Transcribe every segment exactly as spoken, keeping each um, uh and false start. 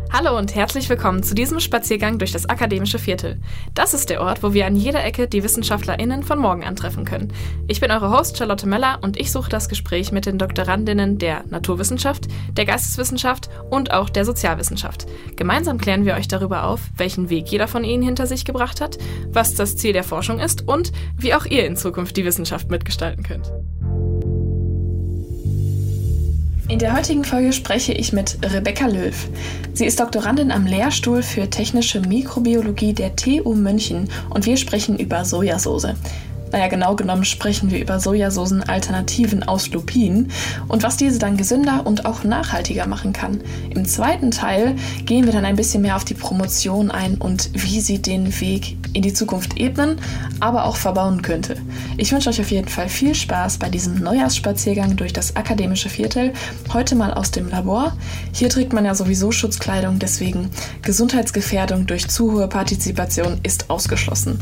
Hallo und herzlich willkommen zu diesem Spaziergang durch das akademische Viertel. Das ist der Ort, wo wir an jeder Ecke die WissenschaftlerInnen von morgen antreffen können. Ich bin eure Host Charlotte Möller und ich suche das Gespräch mit den Doktorandinnen der Naturwissenschaft, der Geisteswissenschaft und auch der Sozialwissenschaft. Gemeinsam klären wir euch darüber auf, welchen Weg jeder von ihnen hinter sich gebracht hat, was das Ziel der Forschung ist und wie auch ihr in Zukunft die Wissenschaft mitgestalten könnt. In der heutigen Folge spreche ich mit Rebecca Löw. Sie ist Doktorandin am Lehrstuhl für technische Mikrobiologie der T U München und wir sprechen über Sojasauce. Naja, genau genommen sprechen wir über Sojasoßen-Alternativen aus Lupinen und was diese dann gesünder und auch nachhaltiger machen kann. Im zweiten Teil gehen wir dann ein bisschen mehr auf die Promotion ein und wie sie den Weg in die Zukunft ebnen, aber auch verbauen könnte. Ich wünsche euch auf jeden Fall viel Spaß bei diesem Neujahrsspaziergang durch das akademische Viertel, heute mal aus dem Labor. Hier trägt man ja sowieso Schutzkleidung, deswegen Gesundheitsgefährdung durch zu hohe Partizipation ist ausgeschlossen.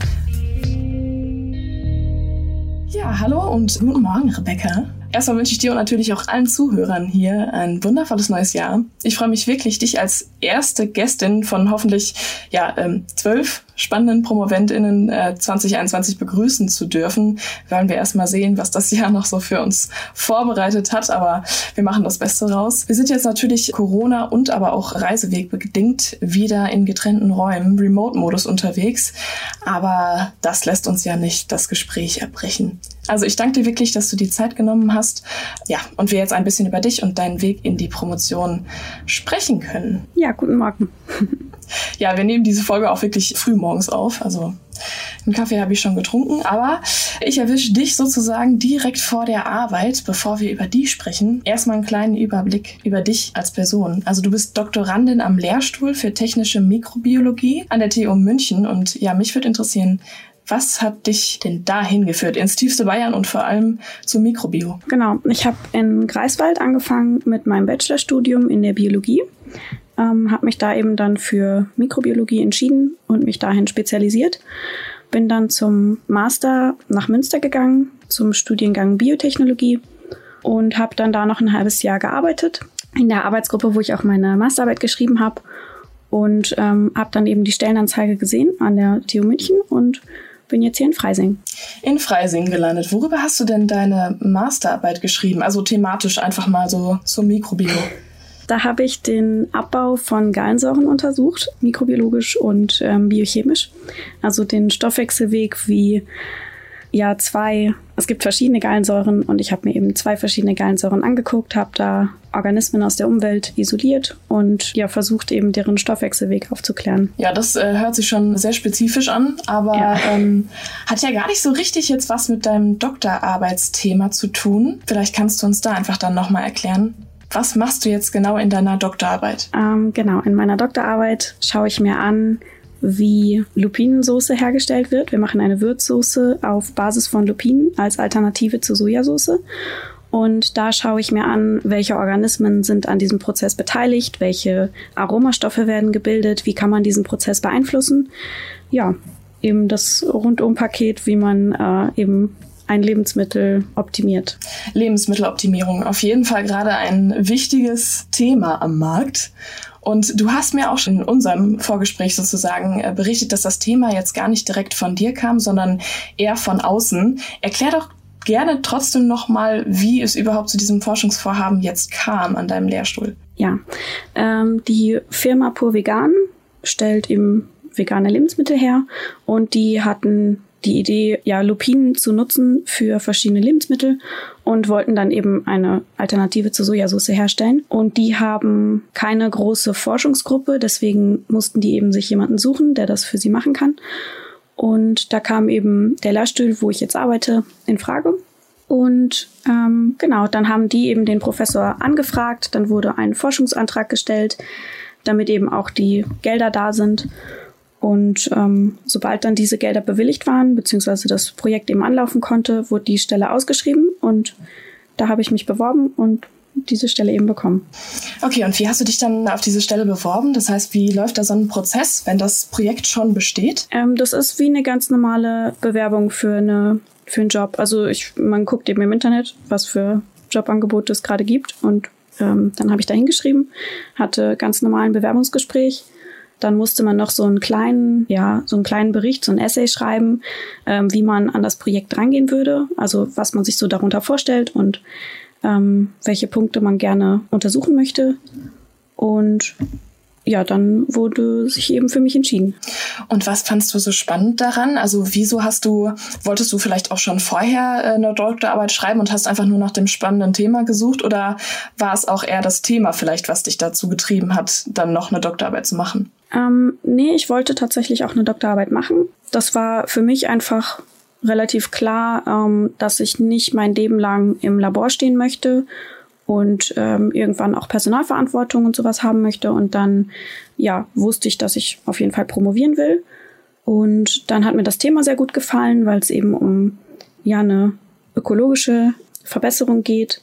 Ja, hallo und guten Morgen, Rebecca. Erstmal wünsche ich dir und natürlich auch allen Zuhörern hier ein wundervolles neues Jahr. Ich freue mich wirklich, dich als erste Gästin von hoffentlich ja ähm, zwölf spannenden PromoventInnen äh, zwanzig einundzwanzig begrüßen zu dürfen. Wollen wir erstmal sehen, was das Jahr noch so für uns vorbereitet hat, aber wir machen das Beste raus. Wir sind jetzt natürlich Corona- und aber auch reiseweg-bedingt wieder in getrennten Räumen, Remote-Modus unterwegs, aber das lässt uns ja nicht das Gespräch abbrechen. Also ich danke dir wirklich, dass du die Zeit genommen hast. Ja, und wir jetzt ein bisschen über dich und deinen Weg in die Promotion sprechen können. Ja, guten Morgen. Ja, wir nehmen diese Folge auch wirklich früh morgens auf. Also einen Kaffee habe ich schon getrunken, aber ich erwische dich sozusagen direkt vor der Arbeit, bevor wir über die sprechen. Erstmal einen kleinen Überblick über dich als Person. Also du bist Doktorandin am Lehrstuhl für technische Mikrobiologie an der T U München und ja, mich würde interessieren, was hat dich denn dahin geführt, ins tiefste Bayern und vor allem zum Mikrobio? Genau, ich habe in Greifswald angefangen mit meinem Bachelorstudium in der Biologie, ähm, habe mich da eben dann für Mikrobiologie entschieden und mich dahin spezialisiert. Bin dann zum Master nach Münster gegangen, zum Studiengang Biotechnologie und habe dann da noch ein halbes Jahr gearbeitet, in der Arbeitsgruppe, wo ich auch meine Masterarbeit geschrieben habe und ähm, habe dann eben die Stellenanzeige gesehen an der T U München und bin jetzt hier in Freising. In Freising gelandet. Worüber hast du denn deine Masterarbeit geschrieben? Also thematisch einfach mal so zum Mikrobio. Da habe ich den Abbau von Gallensäuren untersucht, mikrobiologisch und ähm, biochemisch. Also den Stoffwechselweg, wie ja zwei, es gibt verschiedene Gallensäuren und ich habe mir eben zwei verschiedene Gallensäuren angeguckt, habe da Organismen aus der Umwelt isoliert und ja versucht eben deren Stoffwechselweg aufzuklären. Ja, das äh, hört sich schon sehr spezifisch an, aber ja. Ähm, hat ja gar nicht so richtig jetzt was mit deinem Doktorarbeitsthema zu tun. Vielleicht kannst du uns da einfach dann nochmal erklären. Was machst du jetzt genau in deiner Doktorarbeit? Ähm, genau, in meiner Doktorarbeit schaue ich mir an, wie Lupinensoße hergestellt wird. Wir machen eine Würzsoße auf Basis von Lupinen als Alternative zur Sojasauce. Und da schaue ich mir an, welche Organismen sind an diesem Prozess beteiligt, welche Aromastoffe werden gebildet, wie kann man diesen Prozess beeinflussen. Ja, eben das Rundumpaket, wie man äh, eben ein Lebensmittel optimiert. Lebensmitteloptimierung, auf jeden Fall gerade ein wichtiges Thema am Markt. Und du hast mir auch schon in unserem Vorgespräch sozusagen berichtet, dass das Thema jetzt gar nicht direkt von dir kam, sondern eher von außen. Erklär doch gerne trotzdem nochmal, wie es überhaupt zu diesem Forschungsvorhaben jetzt kam an deinem Lehrstuhl. Ja, ähm, die Firma Pur Vegan stellt eben vegane Lebensmittel her und die hatten die Idee, ja, Lupinen zu nutzen für verschiedene Lebensmittel und wollten dann eben eine Alternative zur Sojasauce herstellen. Und die haben keine große Forschungsgruppe, deswegen mussten die eben sich jemanden suchen, der das für sie machen kann. Und da kam eben der Lehrstuhl, wo ich jetzt arbeite, in Frage. Und ähm, genau, dann haben die eben den Professor angefragt, dann wurde ein Forschungsantrag gestellt, damit eben auch die Gelder da sind. Und ähm, sobald dann diese Gelder bewilligt waren, beziehungsweise das Projekt eben anlaufen konnte, wurde die Stelle ausgeschrieben und da habe ich mich beworben und diese Stelle eben bekommen. Okay, und wie hast du dich dann auf diese Stelle beworben? Das heißt, wie läuft da so ein Prozess, wenn das Projekt schon besteht? Ähm, das ist wie eine ganz normale Bewerbung für eine für einen Job. Also ich, man guckt eben im Internet, was für Jobangebote es gerade gibt und ähm, dann habe ich da hingeschrieben, hatte ganz normalen Bewerbungsgespräch. Dann musste man noch so einen kleinen, ja, so einen kleinen Bericht, so ein Essay schreiben, ähm, wie man an das Projekt rangehen würde. Also was man sich so darunter vorstellt und ähm, welche Punkte man gerne untersuchen möchte. Und ja, dann wurde sich eben für mich entschieden. Und was fandst du so spannend daran? Also wieso hast du, wolltest du vielleicht auch schon vorher eine Doktorarbeit schreiben und hast einfach nur nach dem spannenden Thema gesucht? Oder war es auch eher das Thema vielleicht, was dich dazu getrieben hat, dann noch eine Doktorarbeit zu machen? Ähm, nee, ich wollte tatsächlich auch eine Doktorarbeit machen. Das war für mich einfach relativ klar, ähm, dass ich nicht mein Leben lang im Labor stehen möchte und ähm, irgendwann auch Personalverantwortung und sowas haben möchte. Und dann, ja, wusste ich, dass ich auf jeden Fall promovieren will. Und dann hat mir das Thema sehr gut gefallen, weil es eben um ja eine ökologische Verbesserung geht,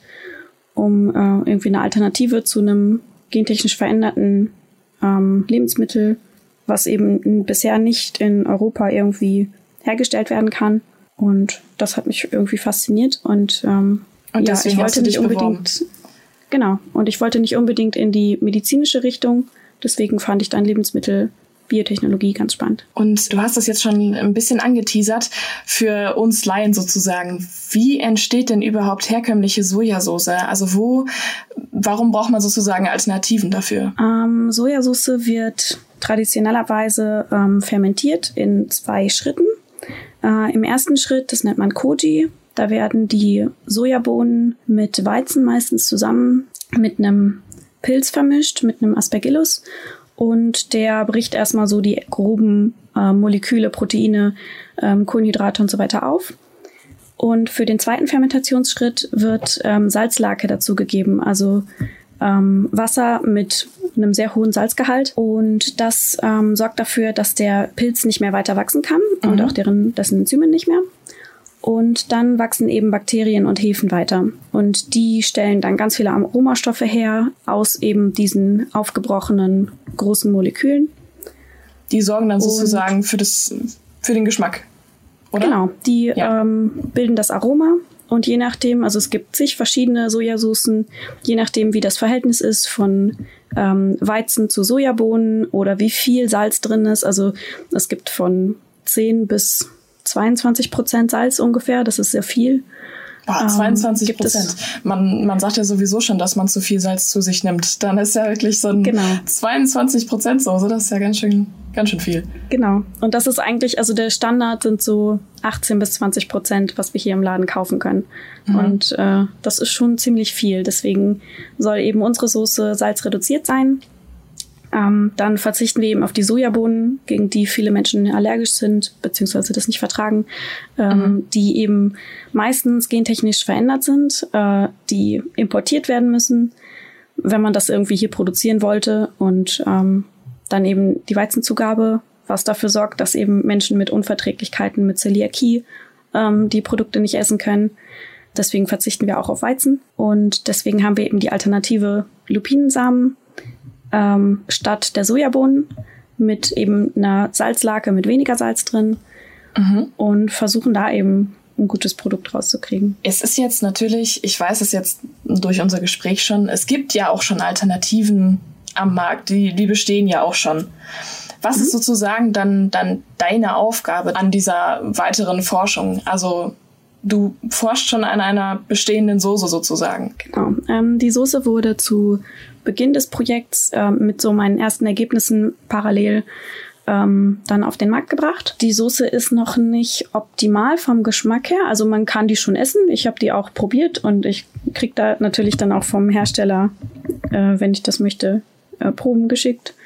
um äh, irgendwie eine Alternative zu einem gentechnisch veränderten ähm, Lebensmittel, was eben bisher nicht in Europa irgendwie hergestellt werden kann. Und das hat mich irgendwie fasziniert. Und ähm, Und ja, deswegen ich wollte hast du dich nicht unbedingt, beworben. Genau, und ich wollte nicht unbedingt in die medizinische Richtung. Deswegen fand ich dann Lebensmittelbiotechnologie ganz spannend. Und du hast das jetzt schon ein bisschen angeteasert, für uns Laien sozusagen. Wie entsteht denn überhaupt herkömmliche Sojasauce? Also wo, warum braucht man sozusagen Alternativen dafür? Ähm, Sojasauce wird traditionellerweise ähm, fermentiert in zwei Schritten. Äh, Im ersten Schritt, das nennt man Koji, da werden die Sojabohnen mit Weizen meistens zusammen mit einem Pilz vermischt, mit einem Aspergillus. Und der bricht erstmal so die groben äh, Moleküle, Proteine, ähm, Kohlenhydrate und so weiter auf. Und für den zweiten Fermentationsschritt wird ähm, Salzlake dazugegeben, also ähm, Wasser mit einem sehr hohen Salzgehalt. Und das ähm, sorgt dafür, dass der Pilz nicht mehr weiter wachsen kann mhm. und auch deren, dessen Enzyme nicht mehr. Und dann wachsen eben Bakterien und Hefen weiter. Und die stellen dann ganz viele Aromastoffe her aus eben diesen aufgebrochenen großen Molekülen. Die sorgen dann sozusagen für, das, für den Geschmack, oder? Genau, die ja. ähm, bilden das Aroma. Und je nachdem, also es gibt zig verschiedene Sojasaucen, je nachdem, wie das Verhältnis ist von ähm, Weizen zu Sojabohnen oder wie viel Salz drin ist. Also es gibt von zehn bis zweiundzwanzig Prozent Salz ungefähr, das ist sehr viel. Boah, zweiundzwanzig Prozent. Man, man sagt ja sowieso schon, dass man zu viel Salz zu sich nimmt. Dann ist ja wirklich so ein genau. zweiundzwanzig Prozent Soße, das ist ja ganz schön, ganz schön viel. Genau. Und das ist eigentlich, also der Standard sind so achtzehn bis zwanzig Prozent, was wir hier im Laden kaufen können. Mhm. Und äh, das ist schon ziemlich viel. Deswegen soll eben unsere Soße salzreduziert sein. Ähm, dann verzichten wir eben auf die Sojabohnen, gegen die viele Menschen allergisch sind, beziehungsweise das nicht vertragen, ähm, mhm. die eben meistens gentechnisch verändert sind, äh, die importiert werden müssen, wenn man das irgendwie hier produzieren wollte. Und ähm, dann eben die Weizenzugabe, was dafür sorgt, dass eben Menschen mit Unverträglichkeiten, mit Zöliakie ähm, die Produkte nicht essen können. Deswegen verzichten wir auch auf Weizen. Und deswegen haben wir eben die Alternative Lupinensamen, Ähm, statt der Sojabohnen mit eben einer Salzlake mit weniger Salz drin mhm. und versuchen da eben ein gutes Produkt rauszukriegen. Es ist jetzt natürlich, ich weiß es jetzt durch unser Gespräch schon, es gibt ja auch schon Alternativen am Markt, die, die bestehen ja auch schon. Was mhm. ist sozusagen dann, dann deine Aufgabe an dieser weiteren Forschung? Also du forschst schon an einer bestehenden Soße sozusagen. Genau. Ähm, die Soße wurde zu Beginn des Projekts äh, mit so meinen ersten Ergebnissen parallel ähm, dann auf den Markt gebracht. Die Soße ist noch nicht optimal vom Geschmack her. Also man kann die schon essen. Ich habe die auch probiert und ich kriege da natürlich dann auch vom Hersteller, äh, wenn ich das möchte, äh, Proben geschickt.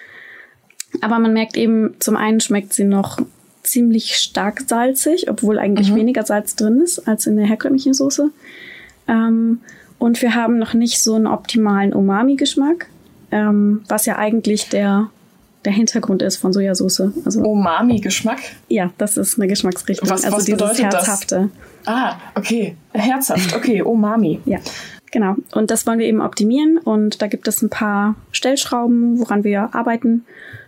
Aber man merkt eben, zum einen schmeckt sie noch ziemlich stark salzig, obwohl eigentlich mhm. weniger Salz drin ist als in der herkömmlichen Soße. Ähm, und wir haben noch nicht so einen optimalen Umami-Geschmack, ähm, was ja eigentlich der, der Hintergrund ist von Sojasauce. Also, Umami-Geschmack? Ja, das ist eine Geschmacksrichtung. Was, also was dieses bedeutet Herzhafte. Das? Ah, okay. Herzhaft, okay, Umami. Ja, genau. Und das wollen wir eben optimieren. Und da gibt es ein paar Stellschrauben, woran wir arbeiten,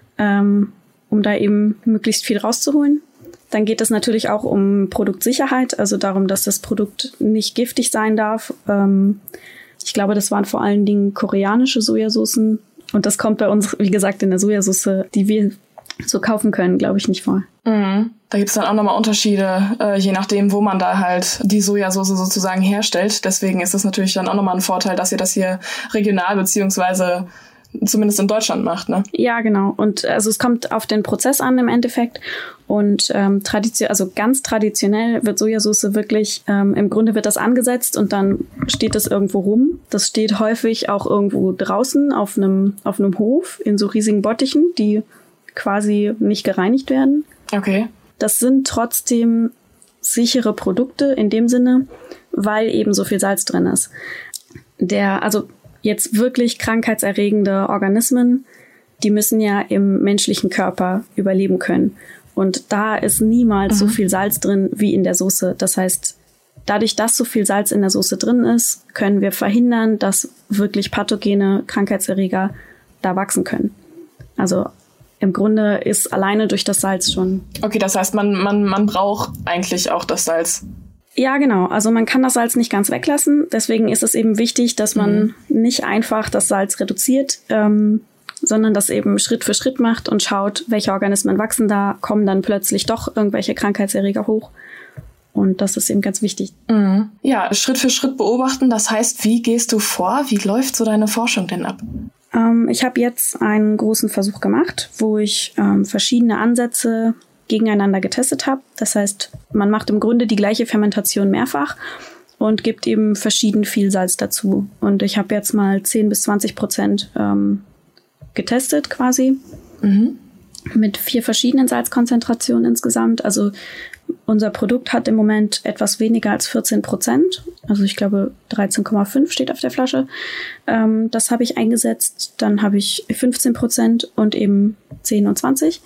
ähm, um da eben möglichst viel rauszuholen. Dann geht es natürlich auch um Produktsicherheit, also darum, dass das Produkt nicht giftig sein darf, ähm, Ich glaube, das waren vor allen Dingen koreanische Sojasoßen. Und das kommt bei uns, wie gesagt, in der Sojasauce, die wir so kaufen können, glaube ich, nicht vor. Mhm. Da gibt es dann auch nochmal Unterschiede, äh, je nachdem, wo man da halt die Sojasauce sozusagen herstellt. Deswegen ist es natürlich dann auch nochmal ein Vorteil, dass ihr das hier regional beziehungsweise zumindest in Deutschland macht, ne? Ja, genau. Und also es kommt auf den Prozess an im Endeffekt. Und ähm, tradition- also ganz traditionell wird Sojasauce wirklich, ähm, im Grunde wird das angesetzt und dann steht das irgendwo rum. Das steht häufig auch irgendwo draußen auf einem auf einem Hof in so riesigen Bottichen, die quasi nicht gereinigt werden. Okay. Das sind trotzdem sichere Produkte in dem Sinne, weil eben so viel Salz drin ist. Der, also jetzt wirklich krankheitserregende Organismen, die müssen ja im menschlichen Körper überleben können. Und da ist niemals mhm. so viel Salz drin wie in der Soße. Das heißt, dadurch, dass so viel Salz in der Soße drin ist, können wir verhindern, dass wirklich pathogene Krankheitserreger da wachsen können. Also im Grunde ist alleine durch das Salz schon. Okay, das heißt, man, man, man braucht eigentlich auch das Salz. Ja, genau. Also man kann das Salz nicht ganz weglassen. Deswegen ist es eben wichtig, dass man mhm. nicht einfach das Salz reduziert, ähm, sondern das eben Schritt für Schritt macht und schaut, welche Organismen wachsen da, kommen dann plötzlich doch irgendwelche Krankheitserreger hoch. Und das ist eben ganz wichtig. Mhm. Ja, Schritt für Schritt beobachten. Das heißt, wie gehst du vor? Wie läuft so deine Forschung denn ab? Ähm, ich habe jetzt einen großen Versuch gemacht, wo ich ähm, verschiedene Ansätze gegeneinander getestet habe. Das heißt, man macht im Grunde die gleiche Fermentation mehrfach und gibt eben verschieden viel Salz dazu. Und ich habe jetzt mal zehn bis zwanzig Prozent ähm, getestet quasi. Mhm. Mit vier verschiedenen Salzkonzentrationen insgesamt. Also unser Produkt hat im Moment etwas weniger als vierzehn Prozent. Also ich glaube dreizehn Komma fünf steht auf der Flasche. Ähm, das habe ich eingesetzt. Dann habe ich fünfzehn Prozent und eben zehn und zwanzig.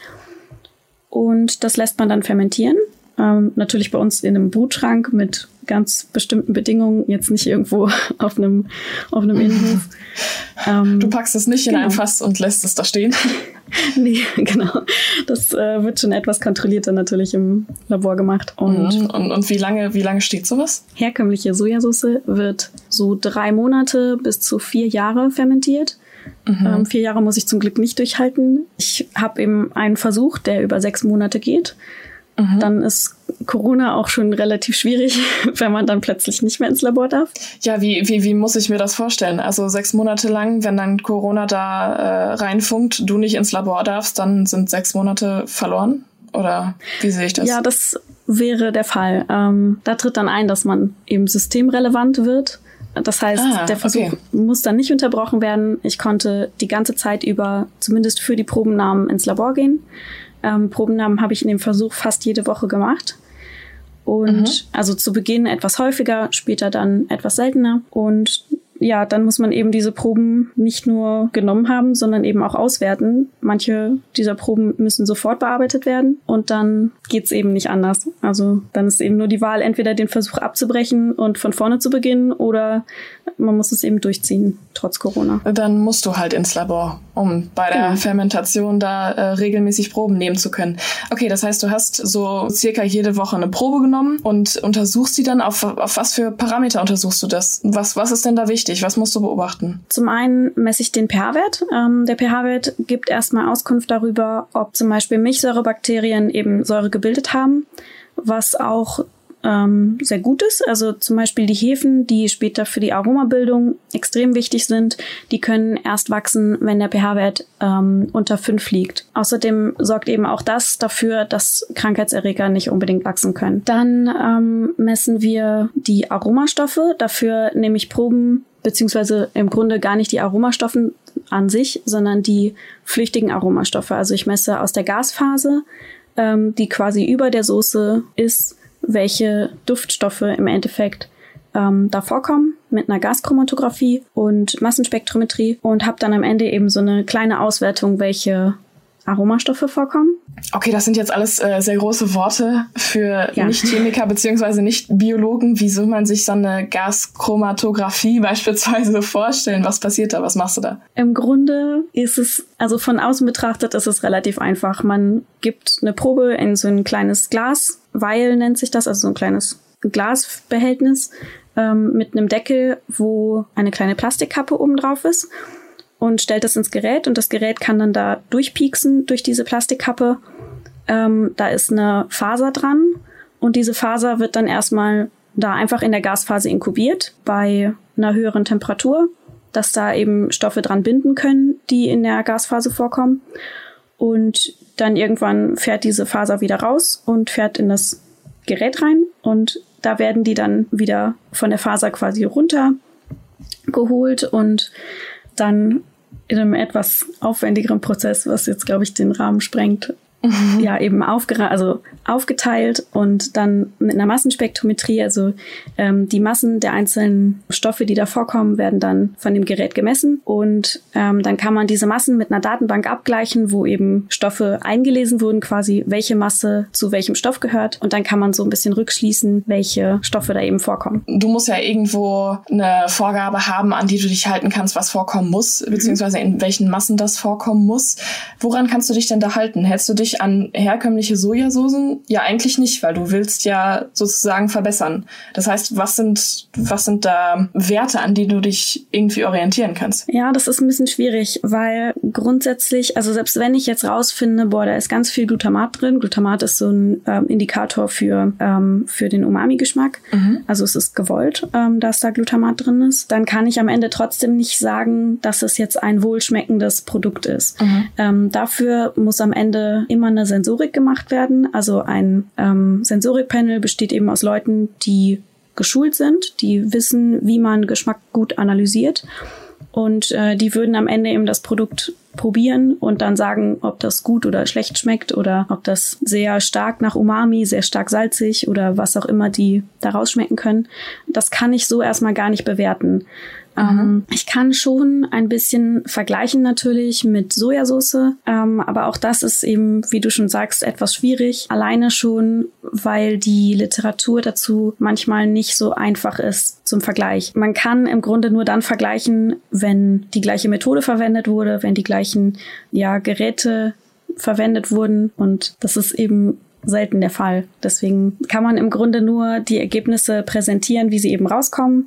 Und das lässt man dann fermentieren. Ähm, natürlich bei uns in einem Brutschrank mit ganz bestimmten Bedingungen, jetzt nicht irgendwo auf einem, auf einem Innenhof. Ähm, du packst es nicht genau. in ein Fass und lässt es da stehen? Nee, genau. Das äh, wird schon etwas kontrollierter natürlich im Labor gemacht. Und, mhm. und, und wie lange, wie lange steht sowas? Herkömmliche Sojasauce wird so drei Monate bis zu vier Jahre fermentiert. Mhm. Ähm, vier Jahre muss ich zum Glück nicht durchhalten. Ich habe eben einen Versuch, der über sechs Monate geht. Mhm. Dann ist Corona auch schon relativ schwierig, wenn man dann plötzlich nicht mehr ins Labor darf. Ja, wie, wie, wie muss ich mir das vorstellen? Also sechs Monate lang, wenn dann Corona da äh, reinfunkt, du nicht ins Labor darfst, dann sind sechs Monate verloren? Oder wie sehe ich das? Ja, das wäre der Fall. Ähm, da tritt dann ein, dass man eben systemrelevant wird. Das heißt, ah, der Versuch okay. muss dann nicht unterbrochen werden. Ich konnte die ganze Zeit über, zumindest für die Probennahmen, ins Labor gehen. Ähm, Probennahmen habe ich in dem Versuch fast jede Woche gemacht. Und mhm. also zu Beginn etwas häufiger, später dann etwas seltener. Und ja, dann muss man eben diese Proben nicht nur genommen haben, sondern eben auch auswerten. Manche dieser Proben müssen sofort bearbeitet werden und dann geht's eben nicht anders. Also dann ist eben nur die Wahl, entweder den Versuch abzubrechen und von vorne zu beginnen oder man muss es eben durchziehen, trotz Corona. Dann musst du halt ins Labor, um bei der genau. Fermentation da äh, regelmäßig Proben nehmen zu können. Okay, das heißt, du hast so circa jede Woche eine Probe genommen und untersuchst die dann, auf, auf was für Parameter untersuchst du das? Was, was ist denn da wichtig? Was musst du beobachten? Zum einen messe ich den pH-Wert. Ähm, der pH-Wert gibt erstmal Auskunft darüber, ob zum Beispiel Milchsäurebakterien eben Säure gebildet haben, was auch ähm, sehr gut ist. Also zum Beispiel die Hefen, die später für die Aromabildung extrem wichtig sind, die können erst wachsen, wenn der pH-Wert ähm, unter fünf liegt. Außerdem sorgt eben auch das dafür, dass Krankheitserreger nicht unbedingt wachsen können. Dann ähm, messen wir die Aromastoffe. Dafür nehme ich Proben, beziehungsweise im Grunde gar nicht die Aromastoffe an sich, sondern die flüchtigen Aromastoffe. Also ich messe aus der Gasphase, ähm, die quasi über der Soße ist, welche Duftstoffe im Endeffekt ähm, da vorkommen mit einer Gaschromatographie und Massenspektrometrie und habe dann am Ende eben so eine kleine Auswertung, welche Aromastoffe vorkommen. Okay, das sind jetzt alles äh, sehr große Worte für ja. Nicht-Chemiker beziehungsweise Nicht-Biologen. Wie soll man sich so eine Gaschromatographie beispielsweise vorstellen? Was passiert da? Was machst du da? Im Grunde ist es, also von außen betrachtet, ist es relativ einfach. Man gibt eine Probe in so ein kleines Glas, Vial nennt sich das, also so ein kleines Glasbehältnis, ähm, mit einem Deckel, wo eine kleine Plastikkappe oben drauf ist und stellt das ins Gerät und das Gerät kann dann da durchpieksen durch diese Plastikkappe. Ähm, da ist eine Faser dran und diese Faser wird dann erstmal da einfach in der Gasphase inkubiert bei einer höheren Temperatur, dass da eben Stoffe dran binden können, die in der Gasphase vorkommen. Und dann irgendwann fährt diese Faser wieder raus und fährt in das Gerät rein. Und da werden die dann wieder von der Faser quasi runtergeholt und dann in einem etwas aufwendigeren Prozess, was jetzt, glaube ich, den Rahmen sprengt, Mhm. ja, eben aufgera- also aufgeteilt und dann mit einer Massenspektrometrie, also ähm, die Massen der einzelnen Stoffe, die da vorkommen, werden dann von dem Gerät gemessen und ähm, dann kann man diese Massen mit einer Datenbank abgleichen, wo eben Stoffe eingelesen wurden, quasi welche Masse zu welchem Stoff gehört und dann kann man so ein bisschen rückschließen, welche Stoffe da eben vorkommen. Du musst ja irgendwo eine Vorgabe haben, an die du dich halten kannst, was vorkommen muss, mhm. beziehungsweise in welchen Massen das vorkommen muss. Woran kannst du dich denn da halten? Hältst du dich an herkömmliche Sojasoßen? Ja, eigentlich nicht, weil du willst ja sozusagen verbessern. Das heißt, was sind, was sind da Werte, an die du dich irgendwie orientieren kannst? Ja, das ist ein bisschen schwierig, weil grundsätzlich, also selbst wenn ich jetzt rausfinde, boah, da ist ganz viel Glutamat drin. Glutamat ist so ein ähm, Indikator für, ähm, für den Umami-Geschmack. Mhm. Also es ist gewollt, ähm, dass da Glutamat drin ist. Dann kann ich am Ende trotzdem nicht sagen, dass es jetzt ein wohlschmeckendes Produkt ist. Mhm. Ähm, dafür muss am Ende immer eine Sensorik gemacht werden. Also ein ähm, Sensorikpanel besteht eben aus Leuten, die geschult sind, die wissen, wie man Geschmack gut analysiert. Und äh, die würden am Ende eben das Produkt probieren und dann sagen, ob das gut oder schlecht schmeckt oder ob das sehr stark nach Umami, sehr stark salzig oder was auch immer die da rausschmecken können. Das kann ich so erstmal gar nicht bewerten. Ähm, ich kann schon ein bisschen vergleichen natürlich mit Sojasauce, ähm, aber auch das ist eben, wie du schon sagst, etwas schwierig. Alleine schon, weil die Literatur dazu manchmal nicht so einfach ist zum Vergleich. Man kann im Grunde nur dann vergleichen, wenn die gleiche Methode verwendet wurde, wenn die gleichen ja, Geräte verwendet wurden und das ist eben selten der Fall. Deswegen kann man im Grunde nur die Ergebnisse präsentieren, wie sie eben rauskommen.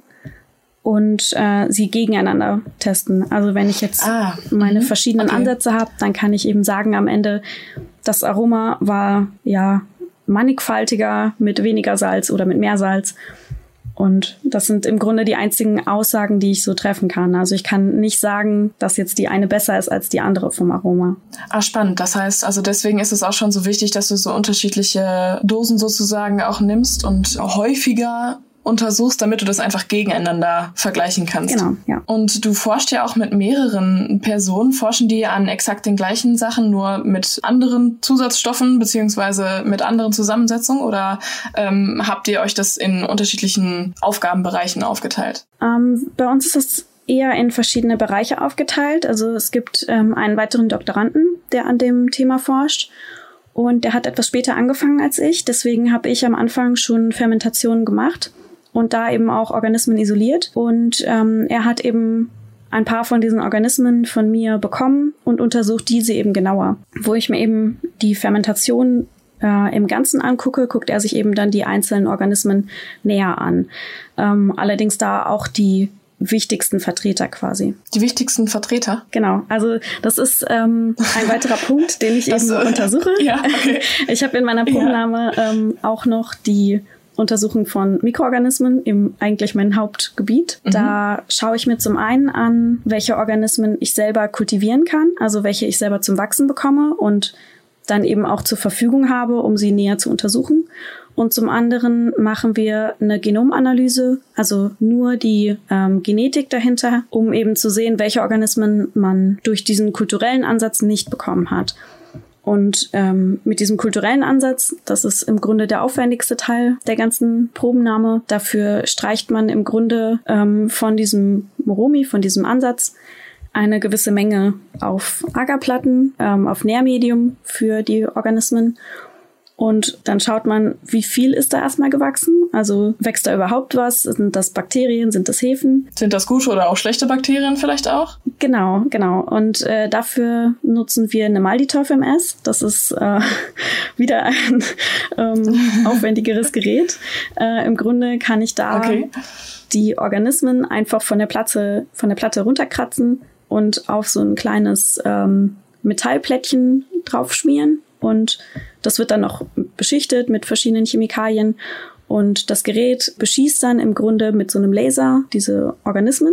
Und äh, sie gegeneinander testen. Also wenn ich jetzt ah, meine verschiedenen okay. Ansätze habe, dann kann ich eben sagen am Ende, das Aroma war ja mannigfaltiger mit weniger Salz oder mit mehr Salz. Und das sind im Grunde die einzigen Aussagen, die ich so treffen kann. Also ich kann nicht sagen, dass jetzt die eine besser ist als die andere vom Aroma. Ah, spannend. Das heißt, also deswegen ist es auch schon so wichtig, dass du so unterschiedliche Dosen sozusagen auch nimmst und häufiger untersuchst, damit du das einfach gegeneinander vergleichen kannst. Genau, ja. Und du forschst ja auch mit mehreren Personen. Forschen die an exakt den gleichen Sachen, nur mit anderen Zusatzstoffen beziehungsweise mit anderen Zusammensetzungen? Oder ähm, habt ihr euch das in unterschiedlichen Aufgabenbereichen aufgeteilt? Ähm, bei uns ist es eher in verschiedene Bereiche aufgeteilt. Also es gibt ähm, einen weiteren Doktoranden, der an dem Thema forscht. Und der hat etwas später angefangen als ich. Deswegen habe ich am Anfang schon Fermentationen gemacht und da eben auch Organismen isoliert. Und ähm, er hat eben ein paar von diesen Organismen von mir bekommen und untersucht diese eben genauer. Wo ich mir eben die Fermentation äh, im Ganzen angucke, guckt er sich eben dann die einzelnen Organismen näher an. Ähm, allerdings da auch die wichtigsten Vertreter quasi. Die wichtigsten Vertreter? Genau, also das ist ähm, ein weiterer Punkt, den ich das, eben äh, untersuche. Ja, okay. Ich habe in meiner Probenahme ja. ähm, auch noch die Untersuchung von Mikroorganismen, eben eigentlich mein Hauptgebiet. Mhm. Da schaue ich mir zum einen an, welche Organismen ich selber kultivieren kann, also welche ich selber zum Wachsen bekomme und dann eben auch zur Verfügung habe, um sie näher zu untersuchen. Und zum anderen machen wir eine Genomanalyse, also nur die ähm, Genetik dahinter, um eben zu sehen, welche Organismen man durch diesen kulturellen Ansatz nicht bekommen hat. Und ähm, mit diesem kulturellen Ansatz, das ist im Grunde der aufwendigste Teil der ganzen Probennahme. Dafür streicht man im Grunde ähm, von diesem Moromi, von diesem Ansatz, eine gewisse Menge auf Agarplatten, ähm, auf Nährmedium für die Organismen. Und dann schaut man, wie viel ist da erstmal gewachsen? Also wächst da überhaupt was? Sind das Bakterien? Sind das Hefen? Sind das gute oder auch schlechte Bakterien vielleicht auch? Genau, genau. Und äh, dafür nutzen wir eine Malditoff M S. Das ist äh, wieder ein ähm, aufwendigeres Gerät. Äh, Im Grunde kann ich da okay. die Organismen einfach von der Platte, von der Platte runterkratzen und auf so ein kleines ähm, Metallplättchen draufschmieren. Und das wird dann noch beschichtet mit verschiedenen Chemikalien. Und das Gerät beschießt dann im Grunde mit so einem Laser diese Organismen.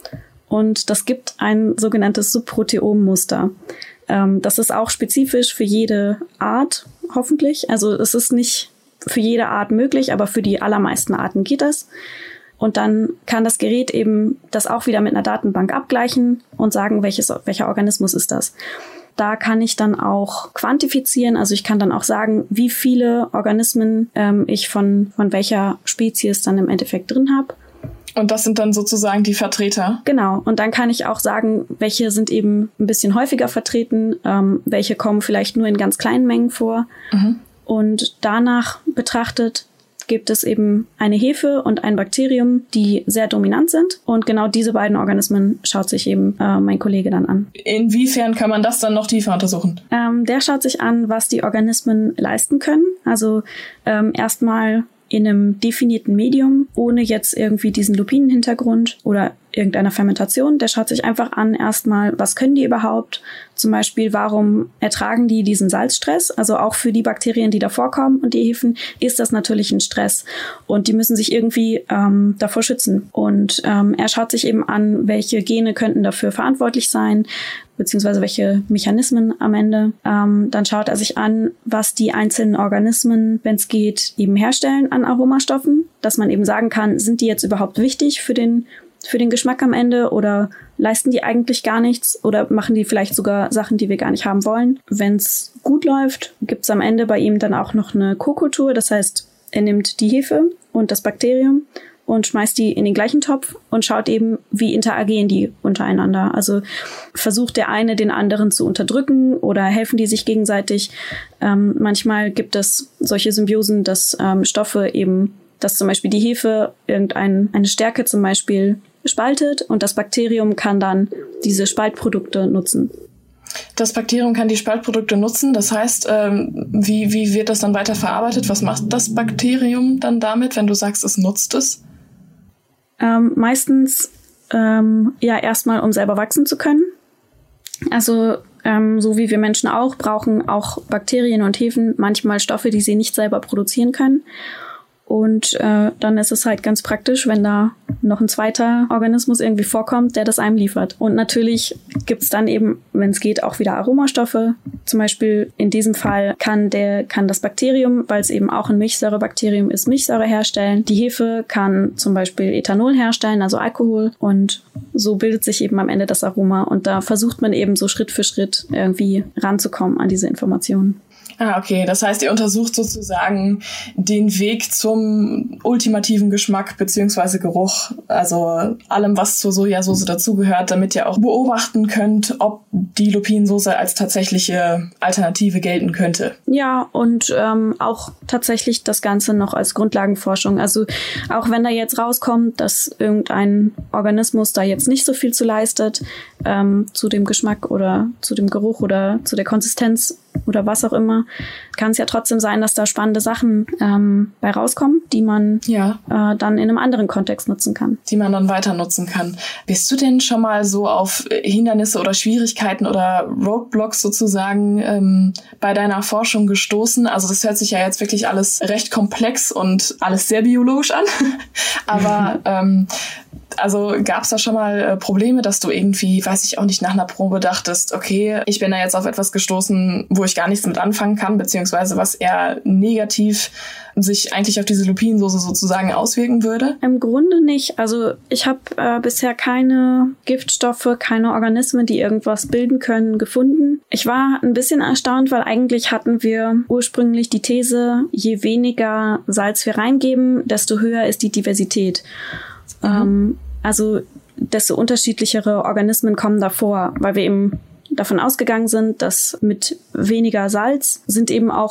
Und das gibt ein sogenanntes Subproteommuster. Ähm, das ist auch spezifisch für jede Art, hoffentlich. Also es ist nicht für jede Art möglich, aber für die allermeisten Arten geht das. Und dann kann das Gerät eben das auch wieder mit einer Datenbank abgleichen und sagen, welches, welcher Organismus ist das. Da kann ich dann auch quantifizieren, also ich kann dann auch sagen, wie viele Organismen ähm, ich von, von welcher Spezies dann im Endeffekt drin habe. Und das sind dann sozusagen die Vertreter? Genau. Und dann kann ich auch sagen, welche sind eben ein bisschen häufiger vertreten, ähm, welche kommen vielleicht nur in ganz kleinen Mengen vor. Mhm. Und danach betrachtet gibt es eben eine Hefe und ein Bakterium, die sehr dominant sind. Und genau diese beiden Organismen schaut sich eben äh, mein Kollege dann an. Inwiefern kann man das dann noch tiefer untersuchen? Ähm, der schaut sich an, was die Organismen leisten können. Also ähm, erstmal in einem definierten Medium, ohne jetzt irgendwie diesen Lupinenhintergrund oder irgendeiner Fermentation. Der schaut sich einfach an erstmal, was können die überhaupt? Zum Beispiel, warum ertragen die diesen Salzstress? Also auch für die Bakterien, die da vorkommen und die Hefen, ist das natürlich ein Stress. Und die müssen sich irgendwie ähm, davor schützen. Und ähm, er schaut sich eben an, welche Gene könnten dafür verantwortlich sein, beziehungsweise welche Mechanismen am Ende. Ähm, dann schaut er sich an, was die einzelnen Organismen, wenn es geht, eben herstellen an Aromastoffen, dass man eben sagen kann, sind die jetzt überhaupt wichtig für den für den Geschmack am Ende oder leisten die eigentlich gar nichts oder machen die vielleicht sogar Sachen, die wir gar nicht haben wollen. Wenn es gut läuft, gibt es am Ende bei ihm dann auch noch eine Co-Kultur. Das heißt, er nimmt die Hefe und das Bakterium und schmeißt die in den gleichen Topf und schaut eben, wie interagieren die untereinander. Also versucht der eine den anderen zu unterdrücken oder helfen die sich gegenseitig. Ähm, manchmal gibt es solche Symbiosen, dass ähm, Stoffe eben, dass zum Beispiel die Hefe irgendeine eine Stärke zum Beispiel spaltet und das Bakterium kann dann diese Spaltprodukte nutzen. Das Bakterium kann die Spaltprodukte nutzen, das heißt, ähm, wie, wie wird das dann weiter verarbeitet? Was macht das Bakterium dann damit, wenn du sagst, es nutzt es? Ähm, meistens ähm, ja erstmal, um selber wachsen zu können. Also ähm, so wie wir Menschen auch, brauchen auch Bakterien und Hefen manchmal Stoffe, die sie nicht selber produzieren können. Und äh, dann ist es halt ganz praktisch, wenn da noch ein zweiter Organismus irgendwie vorkommt, der das einem liefert. Und natürlich gibt's dann eben, wenn es geht, auch wieder Aromastoffe. Zum Beispiel in diesem Fall kann der kann das Bakterium, weil es eben auch ein Milchsäurebakterium ist, Milchsäure herstellen. Die Hefe kann zum Beispiel Ethanol herstellen, also Alkohol. Und so bildet sich eben am Ende das Aroma. Und da versucht man eben so Schritt für Schritt irgendwie ranzukommen an diese Informationen. Ah, okay. Das heißt, ihr untersucht sozusagen den Weg zum ultimativen Geschmack beziehungsweise Geruch, also allem, was zur Sojasauce dazugehört, damit ihr auch beobachten könnt, ob die Lupinensoße als tatsächliche Alternative gelten könnte. Ja, und ähm, auch tatsächlich das Ganze noch als Grundlagenforschung. Also auch wenn da jetzt rauskommt, dass irgendein Organismus da jetzt nicht so viel zu leistet, ähm, zu dem Geschmack oder zu dem Geruch oder zu der Konsistenz oder was auch immer, kann es ja trotzdem sein, dass da spannende Sachen ähm, bei rauskommen, die man ja. äh, dann in einem anderen Kontext nutzen kann. Die man dann weiter nutzen kann. Bist du denn schon mal so auf Hindernisse oder Schwierigkeiten oder Roadblocks sozusagen ähm, bei deiner Forschung gestoßen? Also das hört sich ja jetzt wirklich alles recht komplex und alles sehr biologisch an. Aber ähm, also gab es da schon mal äh, Probleme, dass du irgendwie, weiß ich auch nicht, nach einer Probe dachtest, okay, ich bin da jetzt auf etwas gestoßen, wo ich gar nichts mit anfangen kann, beziehungsweise was eher negativ sich eigentlich auf diese Lupinensoße sozusagen auswirken würde? Im Grunde nicht. Also ich habe äh, bisher keine Giftstoffe, keine Organismen, die irgendwas bilden können, gefunden. Ich war ein bisschen erstaunt, weil eigentlich hatten wir ursprünglich die These, je weniger Salz wir reingeben, desto höher ist die Diversität. Mhm. Ähm, also desto unterschiedlichere Organismen kommen davor, weil wir eben davon ausgegangen sind, dass mit weniger Salz sind eben auch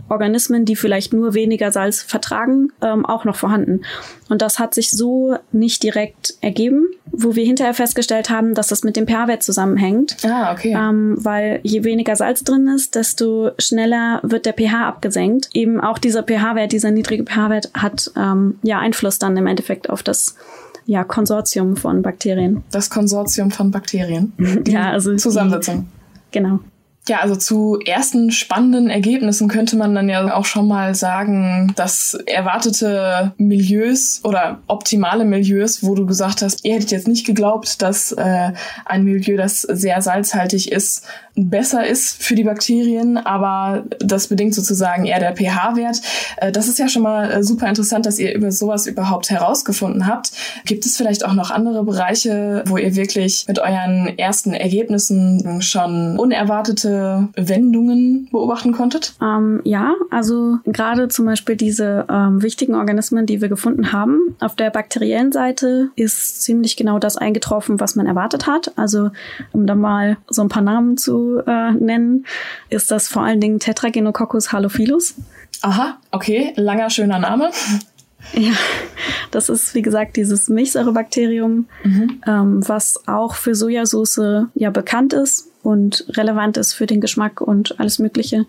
Organismen, die vielleicht nur weniger Salz vertragen, ähm, auch noch vorhanden. Und das hat sich so nicht direkt ergeben, wo wir hinterher festgestellt haben, dass das mit dem pH-Wert zusammenhängt. Ah, okay. Ähm, weil je weniger Salz drin ist, desto schneller wird der pH abgesenkt. Eben auch dieser pH-Wert, dieser niedrige pH-Wert hat ähm, ja Einfluss dann im Endeffekt auf das ja, Konsortium von Bakterien. Das Konsortium von Bakterien. Ja, also Zusammensetzung. Die, genau. Ja, also zu ersten spannenden Ergebnissen könnte man dann ja auch schon mal sagen, dass erwartete Milieus oder optimale Milieus, wo du gesagt hast, ihr hättet jetzt nicht geglaubt, dass äh, ein Milieu, das sehr salzhaltig ist, besser ist für die Bakterien, aber das bedingt sozusagen eher der pH-Wert. Äh, das ist ja schon mal äh, super interessant, dass ihr über sowas überhaupt herausgefunden habt. Gibt es vielleicht auch noch andere Bereiche, wo ihr wirklich mit euren ersten Ergebnissen schon unerwartete Wendungen beobachten konntet? Ähm, ja, also gerade zum Beispiel diese ähm, wichtigen Organismen, die wir gefunden haben. Auf der bakteriellen Seite ist ziemlich genau das eingetroffen, was man erwartet hat. Also um da mal so ein paar Namen zu äh, nennen, ist das vor allen Dingen Tetragenococcus halophilus. Aha, okay, langer, schöner Name. Ja, das ist, wie gesagt, dieses Milchsäurebakterium, mhm. ähm, was auch für Sojasauce ja bekannt ist und relevant ist für den Geschmack und alles Mögliche.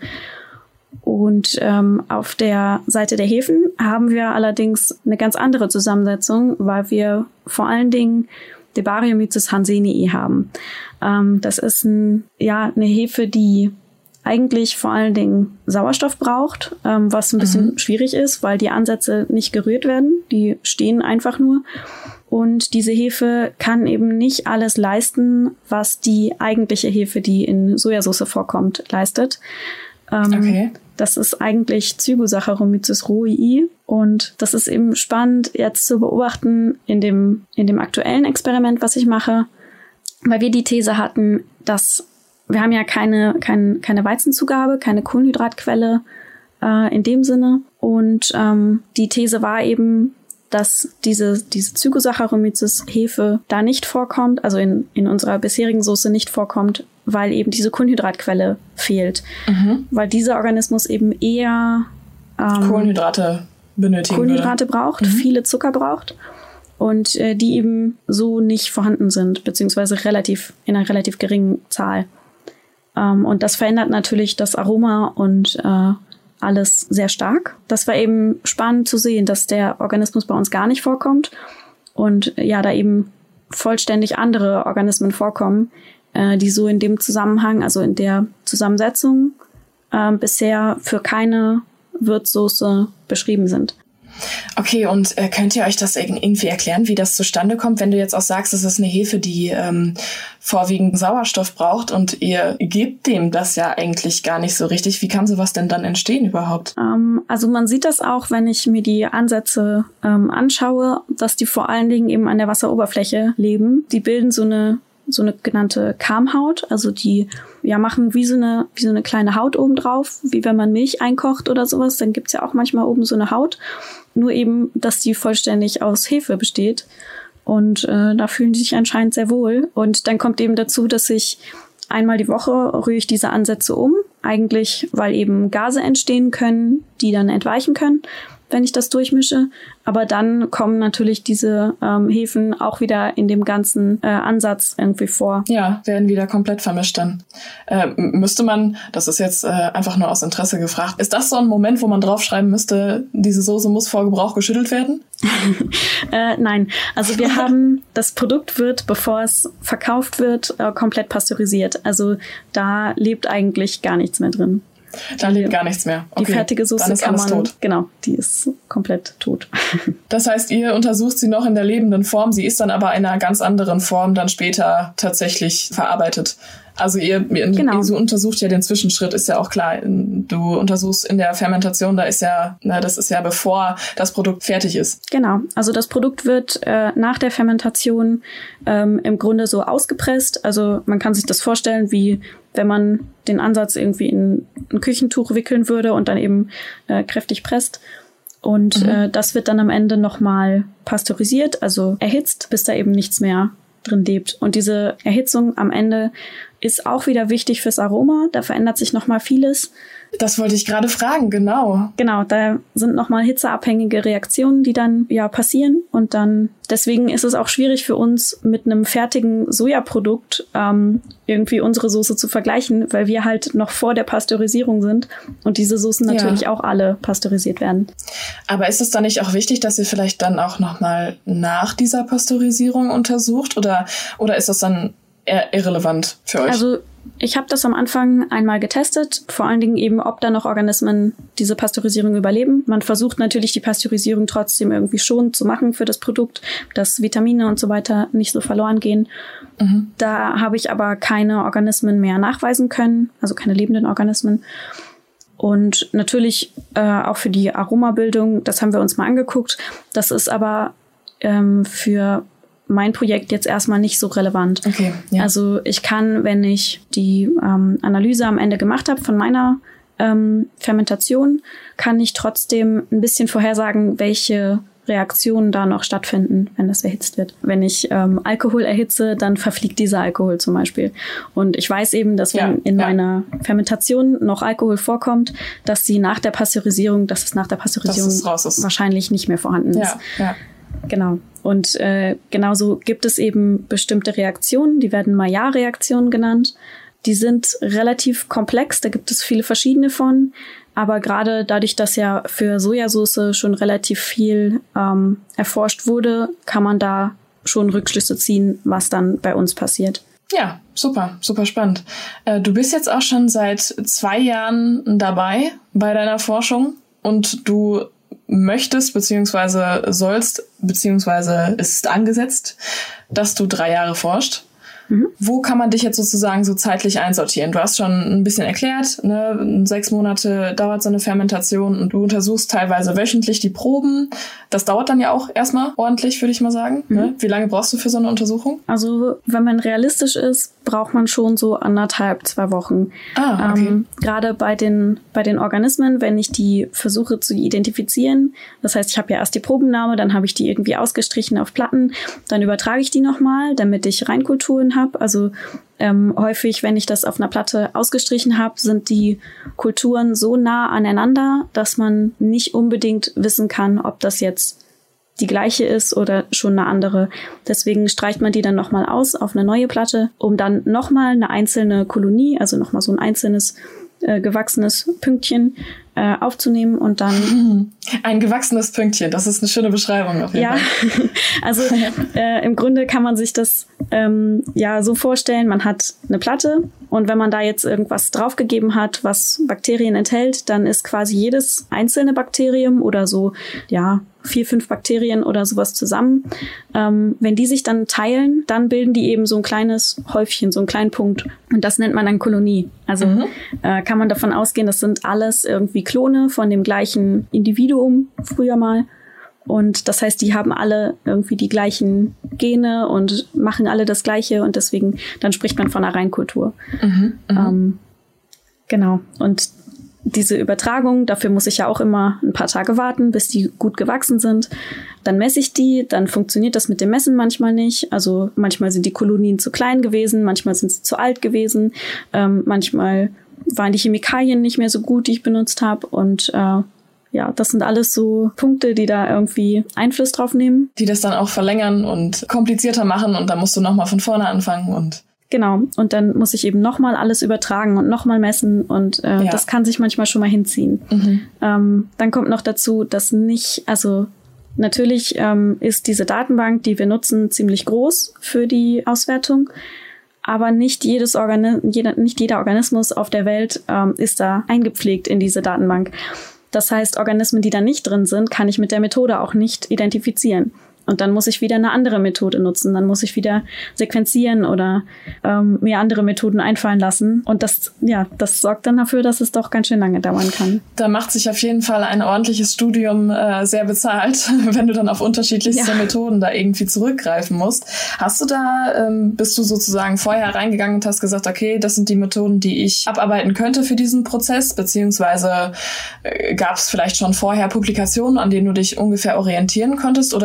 Und ähm, auf der Seite der Hefen haben wir allerdings eine ganz andere Zusammensetzung, weil wir vor allen Dingen Debariomyces hansenii haben. Ähm, das ist ein, ja, eine Hefe, die eigentlich vor allen Dingen Sauerstoff braucht, ähm, was ein bisschen mhm. schwierig ist, weil die Ansätze nicht gerührt werden. Die stehen einfach nur. Und diese Hefe kann eben nicht alles leisten, was die eigentliche Hefe, die in Sojasauce vorkommt, leistet. Ähm, okay. Das ist eigentlich Zygosaccharomyces roii. Und das ist eben spannend jetzt zu beobachten in dem, in dem aktuellen Experiment, was ich mache, weil wir die These hatten, dass wir haben ja keine, keine, keine Weizenzugabe, keine Kohlenhydratquelle äh, in dem Sinne. Und ähm, die These war eben, dass diese, diese Zygosaccharomyces-Hefe da nicht vorkommt, also in, in unserer bisherigen Soße nicht vorkommt, weil eben diese Kohlenhydratquelle fehlt. Mhm. Weil dieser Organismus eben eher ähm, Kohlenhydrate benötigen Kohlenhydrate würde. braucht, mhm. viele Zucker braucht. Und äh, die eben so nicht vorhanden sind, beziehungsweise relativ in einer relativ geringen Zahl. Um, und das verändert natürlich das Aroma und äh, alles sehr stark. Das war eben spannend zu sehen, dass der Organismus bei uns gar nicht vorkommt und ja, da eben vollständig andere Organismen vorkommen, äh, die so in dem Zusammenhang, also in der Zusammensetzung äh, bisher für keine Würzsoße beschrieben sind. Okay, und äh, könnt ihr euch das irgendwie erklären, wie das zustande kommt, wenn du jetzt auch sagst, es ist eine Hefe, die ähm, vorwiegend Sauerstoff braucht und ihr gebt dem das ja eigentlich gar nicht so richtig. Wie kann sowas denn dann entstehen überhaupt? Ähm, also man sieht das auch, wenn ich mir die Ansätze ähm, anschaue, dass die vor allen Dingen eben an der Wasseroberfläche leben. Die bilden so eine so eine genannte Kamhaut, also die ja machen wie so eine wie so eine kleine Haut oben drauf, wie wenn man Milch einkocht oder sowas, dann gibt's ja auch manchmal oben so eine Haut, nur eben, dass die vollständig aus Hefe besteht und äh, da fühlen die sich anscheinend sehr wohl und dann kommt eben dazu, dass ich einmal die Woche rühre ich diese Ansätze um, eigentlich, weil eben Gase entstehen können, die dann entweichen können, wenn ich das durchmische. Aber dann kommen natürlich diese ähm, Hefen auch wieder in dem ganzen äh, Ansatz irgendwie vor. Ja, werden wieder komplett vermischt dann. Äh, müsste man, das ist jetzt äh, einfach nur aus Interesse gefragt, ist das so ein Moment, wo man draufschreiben müsste, diese Soße muss vor Gebrauch geschüttelt werden? äh, nein, also wir haben, das Produkt wird, bevor es verkauft wird, äh, komplett pasteurisiert. Also da lebt eigentlich gar nichts mehr drin. Da lebt gar nichts mehr. Okay. Die fertige Soße kann man, tot. Genau, die ist komplett tot. Das heißt, ihr untersucht sie noch in der lebenden Form, sie ist dann aber in einer ganz anderen Form dann später tatsächlich verarbeitet. Also ihr, ihr, genau. ihr untersucht ja den Zwischenschritt, ist ja auch klar. Du untersuchst in der Fermentation, da ist ja, na, das ist ja bevor das Produkt fertig ist. Genau, also das Produkt wird äh, nach der Fermentation ähm, im Grunde so ausgepresst. Also man kann sich das vorstellen, wie wenn man den Ansatz irgendwie in ein Küchentuch wickeln würde und dann eben äh, kräftig presst. Und mhm. äh, das wird dann am Ende nochmal pasteurisiert, also erhitzt, bis da eben nichts mehr drin lebt. Und diese Erhitzung am Ende ist auch wieder wichtig fürs Aroma. Da verändert sich nochmal vieles. Das wollte ich gerade fragen, genau. Genau, da sind nochmal hitzeabhängige Reaktionen, die dann ja passieren. Und dann, deswegen ist es auch schwierig für uns, mit einem fertigen Sojaprodukt ähm, irgendwie unsere Soße zu vergleichen, weil wir halt noch vor der Pasteurisierung sind und diese Soßen natürlich ja. auch alle pasteurisiert werden. Aber ist es dann nicht auch wichtig, dass ihr vielleicht dann auch nochmal nach dieser Pasteurisierung untersucht? Oder, oder ist das dann eher irrelevant für euch? Also ich habe das am Anfang einmal getestet, vor allen Dingen eben, ob da noch Organismen diese Pasteurisierung überleben. Man versucht natürlich die Pasteurisierung trotzdem irgendwie schon zu machen für das Produkt, dass Vitamine und so weiter nicht so verloren gehen. Mhm. Da habe ich aber keine Organismen mehr nachweisen können, also keine lebenden Organismen. Und natürlich äh, auch für die Aromabildung, das haben wir uns mal angeguckt. Das ist aber ähm, für mein Projekt jetzt erstmal nicht so relevant. Okay, ja. Also ich kann, wenn ich die ähm, Analyse am Ende gemacht habe von meiner ähm, Fermentation, kann ich trotzdem ein bisschen vorhersagen, welche Reaktionen da noch stattfinden, wenn das erhitzt wird. Wenn ich ähm, Alkohol erhitze, dann verfliegt dieser Alkohol zum Beispiel. Und ich weiß eben, dass wenn ja, in ja. meiner Fermentation noch Alkohol vorkommt, dass sie nach der Pasteurisierung, dass es nach der Pasteurisierung es raus ist. wahrscheinlich nicht mehr vorhanden ist. Ja, ja. Genau. Und äh, genauso gibt es eben bestimmte Reaktionen, die werden Maillard-Reaktionen genannt. Die sind relativ komplex, da gibt es viele verschiedene von. Aber gerade dadurch, dass ja für Sojasauce schon relativ viel ähm, erforscht wurde, kann man da schon Rückschlüsse ziehen, was dann bei uns passiert. Ja, super, super spannend. Äh, du bist jetzt auch schon seit zwei Jahren dabei bei deiner Forschung und du möchtest, beziehungsweise sollst, beziehungsweise ist angesetzt, dass du drei Jahre forscht. Mhm. Wo kann man dich jetzt sozusagen so zeitlich einsortieren? Du hast schon ein bisschen erklärt, ne? Sechs Monate dauert so eine Fermentation und du untersuchst teilweise wöchentlich die Proben. Das dauert dann ja auch erstmal ordentlich, würde ich mal sagen. Mhm. Ne? Wie lange brauchst du für so eine Untersuchung? Also wenn man realistisch ist, braucht man schon so anderthalb, zwei Wochen. Ah, okay. Ähm, gerade bei den, bei den Organismen, wenn ich die versuche zu identifizieren, das heißt, ich habe ja erst die Probennahme, dann habe ich die irgendwie ausgestrichen auf Platten, dann übertrage ich die nochmal, damit ich Reinkulturen habe. Also ähm, häufig, wenn ich das auf einer Platte ausgestrichen habe, sind die Kulturen so nah aneinander, dass man nicht unbedingt wissen kann, ob das jetzt die gleiche ist oder schon eine andere. Deswegen streicht man die dann nochmal aus auf eine neue Platte, um dann nochmal eine einzelne Kolonie, also nochmal so ein einzelnes äh, gewachsenes Pünktchen äh, aufzunehmen und dann... Ein gewachsenes Pünktchen, das ist eine schöne Beschreibung auf jeden ja. Fall. Also äh, im Grunde kann man sich das ähm, ja so vorstellen, man hat eine Platte und wenn man da jetzt irgendwas draufgegeben hat, was Bakterien enthält, dann ist quasi jedes einzelne Bakterium oder so, ja, vier, fünf Bakterien oder sowas zusammen. Ähm, wenn die sich dann teilen, dann bilden die eben so ein kleines Häufchen, so einen kleinen Punkt. Und das nennt man dann Kolonie. Also mhm. äh, kann man davon ausgehen, das sind alles irgendwie Klone von dem gleichen Individuum früher mal. Und das heißt, die haben alle irgendwie die gleichen Gene und machen alle das Gleiche. Und deswegen, dann spricht man von einer Reinkultur. Mhm. Ähm, genau. Und diese Übertragung, dafür muss ich ja auch immer ein paar Tage warten, bis die gut gewachsen sind. Dann messe ich die, dann funktioniert das mit dem Messen manchmal nicht. Also manchmal sind die Kolonien zu klein gewesen, manchmal sind sie zu alt gewesen, ähm, manchmal waren die Chemikalien nicht mehr so gut, die ich benutzt habe. Und äh, ja, das sind alles so Punkte, die da irgendwie Einfluss drauf nehmen. Die das dann auch verlängern und komplizierter machen und dann musst du nochmal von vorne anfangen und... Genau, und dann muss ich eben nochmal alles übertragen und nochmal messen und äh, ja. das kann sich manchmal schon mal hinziehen. Mhm. Ähm, dann kommt noch dazu, dass nicht, also natürlich ähm, ist diese Datenbank, die wir nutzen, ziemlich groß für die Auswertung, aber nicht jedes Organi- jeder, nicht jeder Organismus auf der Welt ähm, ist da eingepflegt in diese Datenbank. Das heißt, Organismen, die da nicht drin sind, kann ich mit der Methode auch nicht identifizieren. Und dann muss ich wieder eine andere Methode nutzen. Dann muss ich wieder sequenzieren oder ähm, mir andere Methoden einfallen lassen. Und das, ja, das sorgt dann dafür, dass es doch ganz schön lange dauern kann. Da macht sich auf jeden Fall ein ordentliches Studium äh, sehr bezahlt, wenn du dann auf unterschiedlichste ja. Methoden da irgendwie zurückgreifen musst. Hast du da, ähm, bist du sozusagen vorher reingegangen und hast gesagt, okay, das sind die Methoden, die ich abarbeiten könnte für diesen Prozess, beziehungsweise äh, gab es vielleicht schon vorher Publikationen, an denen du dich ungefähr orientieren konntest? Oder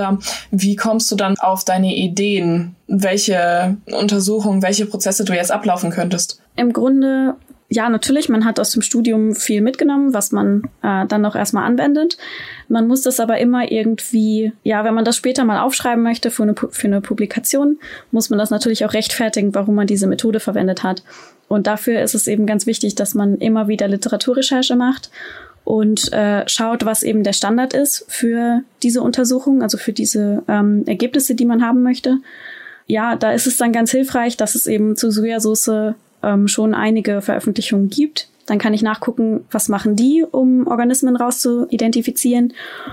wie kommst du dann auf deine Ideen, welche Untersuchungen, welche Prozesse du jetzt ablaufen könntest? Im Grunde, ja, natürlich, man hat aus dem Studium viel mitgenommen, was man äh, dann noch erstmal anwendet. Man muss das aber immer irgendwie, ja, wenn man das später mal aufschreiben möchte für eine, für eine Publikation, muss man das natürlich auch rechtfertigen, warum man diese Methode verwendet hat. Und dafür ist es eben ganz wichtig, dass man immer wieder Literaturrecherche macht und äh, schaut, was eben der Standard ist für diese Untersuchung, also für diese ähm, Ergebnisse, die man haben möchte. Ja, da ist es dann ganz hilfreich, dass es eben zu Sojasauce ähm, schon einige Veröffentlichungen gibt. Dann kann ich nachgucken, was machen die, um Organismen rauszuidentifizieren.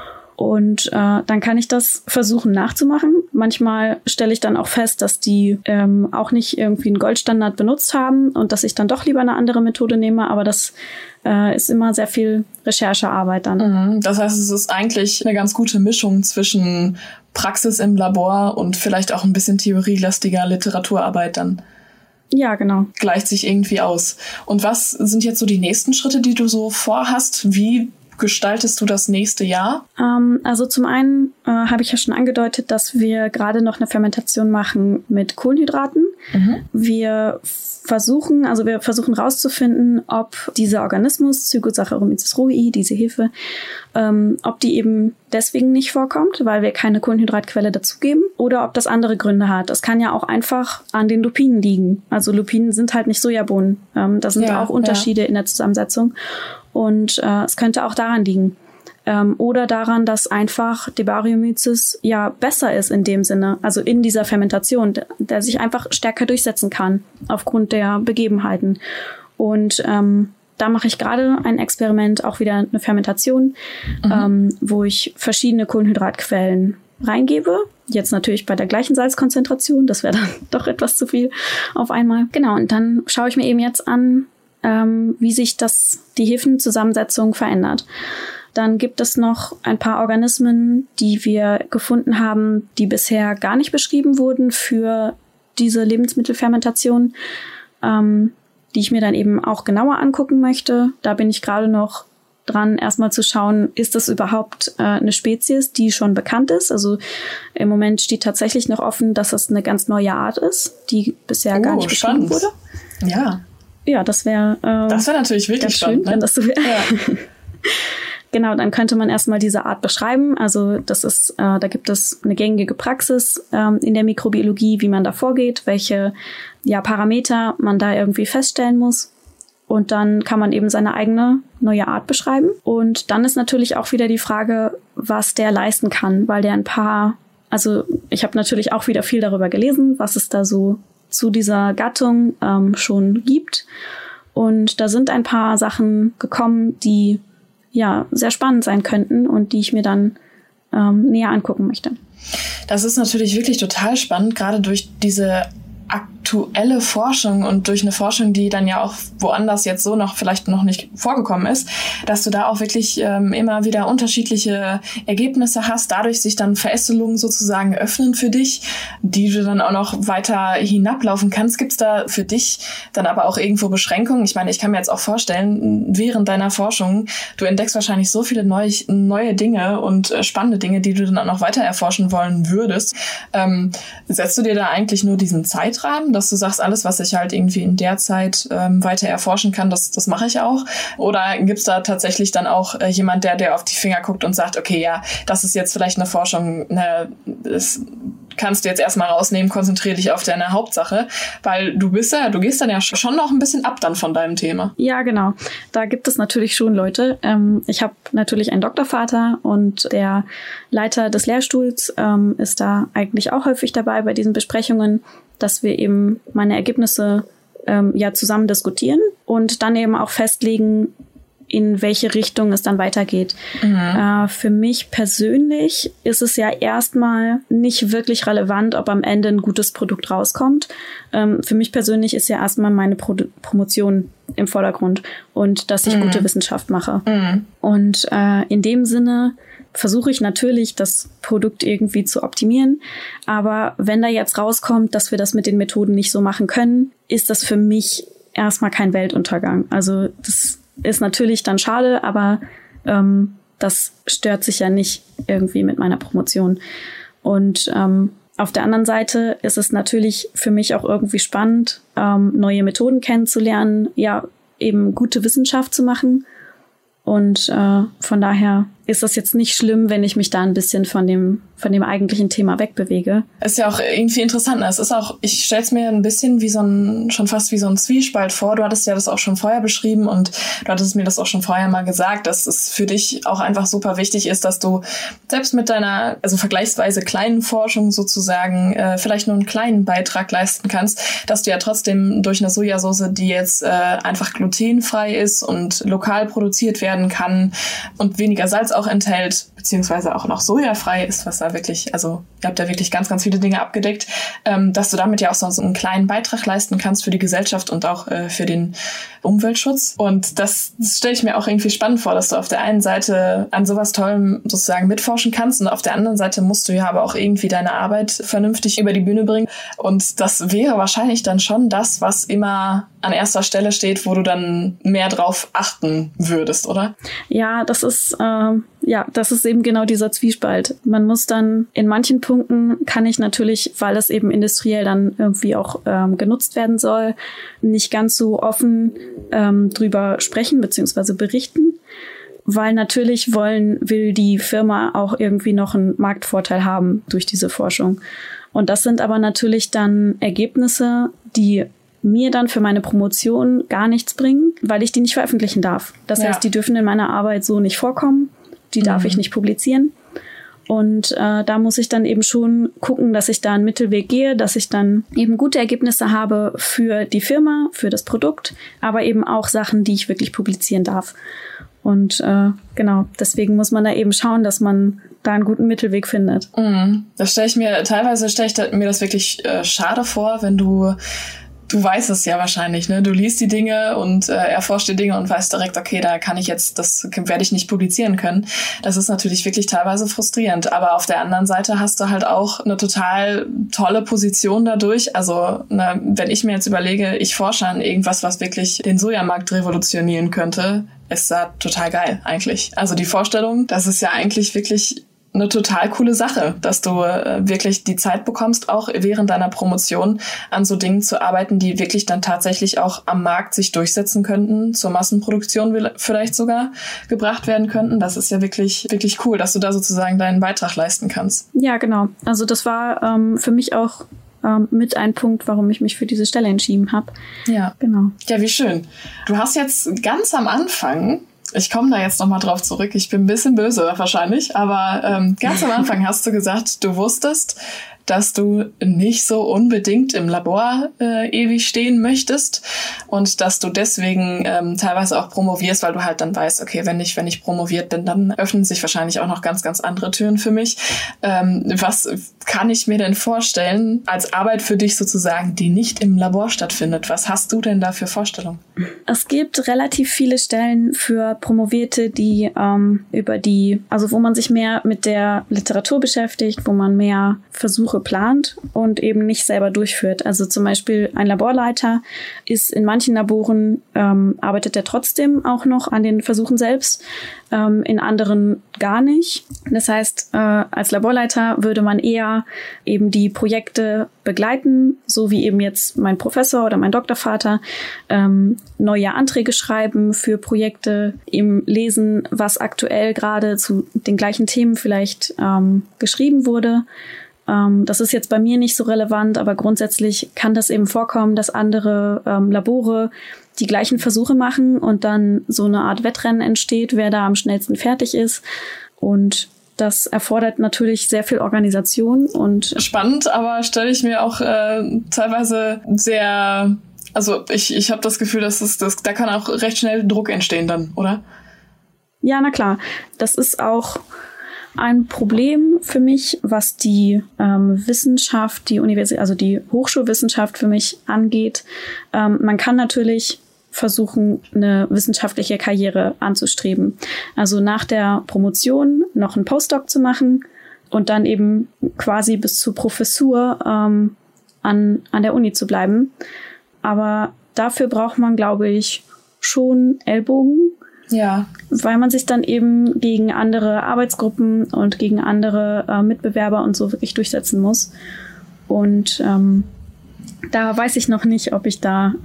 Und äh, dann kann ich das versuchen nachzumachen. Manchmal stelle ich dann auch fest, dass die ähm, auch nicht irgendwie einen Goldstandard benutzt haben und dass ich dann doch lieber eine andere Methode nehme. Aber das äh, ist immer sehr viel Recherchearbeit dann. Das heißt, es ist eigentlich eine ganz gute Mischung zwischen Praxis im Labor und vielleicht auch ein bisschen theorielastiger Literaturarbeit dann. Ja, genau. Gleicht sich irgendwie aus. Und was sind jetzt so die nächsten Schritte, die du so vorhast? Wie gestaltest du das nächste Jahr? Ähm, also zum einen äh, habe ich ja schon angedeutet, dass wir gerade noch eine Fermentation machen mit Kohlenhydraten. Mhm. Wir versuchen, also wir versuchen rauszufinden, ob dieser Organismus, Zygosaccharomyces ruyi, diese Hefe, ähm, ob die eben deswegen nicht vorkommt, weil wir keine Kohlenhydratquelle dazugeben, oder ob das andere Gründe hat. Das kann ja auch einfach an den Lupinen liegen. Also Lupinen sind halt nicht Sojabohnen. Ähm, da sind ja auch Unterschiede ja. in der Zusammensetzung. Und äh, es könnte auch daran liegen. Ähm, oder daran, dass einfach Debaryomyces ja besser ist in dem Sinne, also in dieser Fermentation, der, der sich einfach stärker durchsetzen kann aufgrund der Begebenheiten. Und ähm, da mache ich gerade ein Experiment, auch wieder eine Fermentation, mhm. ähm, wo ich verschiedene Kohlenhydratquellen reingebe. Jetzt natürlich bei der gleichen Salzkonzentration, das wäre dann doch etwas zu viel auf einmal. Genau, und dann schaue ich mir eben jetzt an, ähm, wie sich das die Hefenzusammensetzung verändert. Dann gibt es noch ein paar Organismen, die wir gefunden haben, die bisher gar nicht beschrieben wurden für diese Lebensmittelfermentation, ähm, die ich mir dann eben auch genauer angucken möchte. Da bin ich gerade noch dran, erstmal zu schauen, ist das überhaupt äh, eine Spezies, die schon bekannt ist? Also im Moment steht tatsächlich noch offen, dass es eine ganz neue Art ist, die bisher oh, gar nicht beschrieben wurde. Ja. Ja, das wäre äh, das wäre natürlich wirklich spannend, schön, ne? wenn das so wäre. Ja. Genau, dann könnte man erstmal diese Art beschreiben. Also das ist, äh, da gibt es eine gängige Praxis ähm, in der Mikrobiologie, wie man da vorgeht, welche ja, Parameter man da irgendwie feststellen muss. Und dann kann man eben seine eigene neue Art beschreiben. Und dann ist natürlich auch wieder die Frage, was der leisten kann, weil der ein paar, also ich habe natürlich auch wieder viel darüber gelesen, was es da so zu dieser Gattung ähm, schon gibt. Und da sind ein paar Sachen gekommen, die ja sehr spannend sein könnten und die ich mir dann ähm, näher angucken möchte. Das ist natürlich wirklich total spannend, gerade durch diese aktuelle Forschung und durch eine Forschung, die dann ja auch woanders jetzt so noch vielleicht noch nicht vorgekommen ist, dass du da auch wirklich ähm, immer wieder unterschiedliche Ergebnisse hast, dadurch sich dann Verästelungen sozusagen öffnen für dich, die du dann auch noch weiter hinablaufen kannst. Gibt es da für dich dann aber auch irgendwo Beschränkungen? Ich meine, ich kann mir jetzt auch vorstellen, während deiner Forschung, du entdeckst wahrscheinlich so viele neu, neue Dinge und äh, spannende Dinge, die du dann auch noch weiter erforschen wollen würdest. Ähm, setzt du dir da eigentlich nur diesen Zeitrahmen, dass du sagst, alles, was ich halt irgendwie in der Zeit ähm, weiter erforschen kann, das, das mache ich auch? Oder gibt es da tatsächlich dann auch äh, jemand, der der auf die Finger guckt und sagt, okay, ja, das ist jetzt vielleicht eine Forschung, ne, das kannst du jetzt erstmal rausnehmen, konzentriere dich auf deine Hauptsache, weil du bist ja, du gehst dann ja schon noch ein bisschen ab dann von deinem Thema. Ja, genau. Da gibt es natürlich schon Leute. Ähm, ich habe natürlich einen Doktorvater und der Leiter des Lehrstuhls ähm, ist da eigentlich auch häufig dabei bei diesen Besprechungen, dass wir eben meine Ergebnisse ähm, ja zusammen diskutieren und dann eben auch festlegen, in welche Richtung es dann weitergeht. Mhm. Äh, für mich persönlich ist es ja erstmal nicht wirklich relevant, ob am Ende ein gutes Produkt rauskommt. Ähm, für mich persönlich ist ja erstmal meine Pro- Promotion im Vordergrund und dass ich mhm. gute Wissenschaft mache. Mhm. Und äh, in dem Sinne versuche ich natürlich, das Produkt irgendwie zu optimieren. Aber wenn da jetzt rauskommt, dass wir das mit den Methoden nicht so machen können, ist das für mich erstmal kein Weltuntergang. Also das ist natürlich dann schade, aber ähm, das stört sich ja nicht irgendwie mit meiner Promotion. Und ähm, auf der anderen Seite ist es natürlich für mich auch irgendwie spannend, ähm, neue Methoden kennenzulernen, ja, eben gute Wissenschaft zu machen. Und äh, von daher ist das jetzt nicht schlimm, wenn ich mich da ein bisschen von dem von dem eigentlichen Thema wegbewege. Ist ja auch irgendwie interessant. Es ist auch, ich stelle es mir ein bisschen wie so ein, schon fast wie so ein Zwiespalt vor. Du hattest ja das auch schon vorher beschrieben und du hattest mir das auch schon vorher mal gesagt, dass es für dich auch einfach super wichtig ist, dass du selbst mit deiner, also vergleichsweise kleinen Forschung sozusagen, äh, vielleicht nur einen kleinen Beitrag leisten kannst, dass du ja trotzdem durch eine Sojasauce, die jetzt äh, einfach glutenfrei ist und lokal produziert werden kann und weniger Salz auch enthält, beziehungsweise auch noch sojafrei ist, was da wirklich, also ihr habt da wirklich ganz, ganz viele Dinge abgedeckt, ähm, dass du damit ja auch so, so einen kleinen Beitrag leisten kannst für die Gesellschaft und auch äh, für den Umweltschutz. Und das, das stelle ich mir auch irgendwie spannend vor, dass du auf der einen Seite an sowas Tollem sozusagen mitforschen kannst und auf der anderen Seite musst du ja aber auch irgendwie deine Arbeit vernünftig über die Bühne bringen. Und das wäre wahrscheinlich dann schon das, was immer an erster Stelle steht, wo du dann mehr drauf achten würdest, oder? Ja, das ist äh, ja, das ist eben genau dieser Zwiespalt. Man muss dann in manchen Punkten kann ich natürlich, weil es eben industriell dann irgendwie auch ähm, genutzt werden soll, nicht ganz so offen ähm, drüber sprechen beziehungsweise berichten, weil natürlich wollen will die Firma auch irgendwie noch einen Marktvorteil haben durch diese Forschung. Und das sind aber natürlich dann Ergebnisse, die mir dann für meine Promotion gar nichts bringen, weil ich die nicht veröffentlichen darf. Das ja. heißt, die dürfen in meiner Arbeit so nicht vorkommen, die mhm. darf ich nicht publizieren. Und äh, da muss ich dann eben schon gucken, dass ich da einen Mittelweg gehe, dass ich dann eben gute Ergebnisse habe für die Firma, für das Produkt, aber eben auch Sachen, die ich wirklich publizieren darf. Und äh, genau, deswegen muss man da eben schauen, dass man da einen guten Mittelweg findet. Mhm. Das stelle ich mir, teilweise stelle ich mir das wirklich äh, schade vor, wenn du Du weißt es ja wahrscheinlich, ne? Du liest die Dinge und äh, erforscht die Dinge und weißt direkt, okay, da kann ich jetzt, das werde ich nicht publizieren können. Das ist natürlich wirklich teilweise frustrierend. Aber auf der anderen Seite hast du halt auch eine total tolle Position dadurch. Also, ne, wenn ich mir jetzt überlege, ich forsche an irgendwas, was wirklich den Sojamarkt revolutionieren könnte, ist das total geil eigentlich. Also die Vorstellung, das ist ja eigentlich wirklich eine total coole Sache, dass du äh, wirklich die Zeit bekommst, auch während deiner Promotion an so Dingen zu arbeiten, die wirklich dann tatsächlich auch am Markt sich durchsetzen könnten, zur Massenproduktion vielleicht sogar gebracht werden könnten. Das ist ja wirklich, wirklich cool, dass du da sozusagen deinen Beitrag leisten kannst. Ja, genau. Also das war ähm, für mich auch ähm, mit ein Punkt, warum ich mich für diese Stelle entschieden habe. Ja, genau. Ja, wie schön. Du hast jetzt ganz am Anfang, ich komme da jetzt nochmal drauf zurück. Ich bin ein bisschen böse wahrscheinlich, aber ähm, ganz am Anfang hast du gesagt, du wusstest, dass du nicht so unbedingt im Labor äh, ewig stehen möchtest und dass du deswegen ähm, teilweise auch promovierst, weil du halt dann weißt, okay, wenn ich wenn ich promoviert bin, dann öffnen sich wahrscheinlich auch noch ganz, ganz andere Türen für mich. Ähm, was kann ich mir denn vorstellen als Arbeit für dich sozusagen, die nicht im Labor stattfindet? Was hast du denn da für Vorstellungen? Es gibt relativ viele Stellen für Promovierte, die ähm, über die, also wo man sich mehr mit der Literatur beschäftigt, wo man mehr Versuche plant und eben nicht selber durchführt. Also zum Beispiel ein Laborleiter ist in manchen Laboren, ähm, arbeitet er trotzdem auch noch an den Versuchen selbst, ähm, in anderen gar nicht. Das heißt, äh, als Laborleiter würde man eher eben die Projekte begleiten, so wie eben jetzt mein Professor oder mein Doktorvater, ähm, neue Anträge schreiben für Projekte, eben lesen, was aktuell gerade zu den gleichen Themen vielleicht ähm, geschrieben wurde. Ähm, das ist jetzt bei mir nicht so relevant, aber grundsätzlich kann das eben vorkommen, dass andere ähm, Labore die gleichen Versuche machen und dann so eine Art Wettrennen entsteht, wer da am schnellsten fertig ist. Und das erfordert natürlich sehr viel Organisation und spannend, aber stelle ich mir auch äh, teilweise sehr, also ich ich habe das Gefühl, dass es das da kann auch recht schnell Druck entstehen dann, oder? Ja, na klar. Das ist auch ein Problem für mich, was die ähm, Wissenschaft, die Universität, also die Hochschulwissenschaft für mich angeht. Ähm, man kann natürlich versuchen, eine wissenschaftliche Karriere anzustreben. Also nach der Promotion noch einen Postdoc zu machen und dann eben quasi bis zur Professur ähm, an, an der Uni zu bleiben. Aber dafür braucht man, glaube ich, schon Ellbogen. Ja. Weil man sich dann eben gegen andere Arbeitsgruppen und gegen andere äh, Mitbewerber und so wirklich durchsetzen muss. Und ähm, da weiß ich noch nicht, ob ich da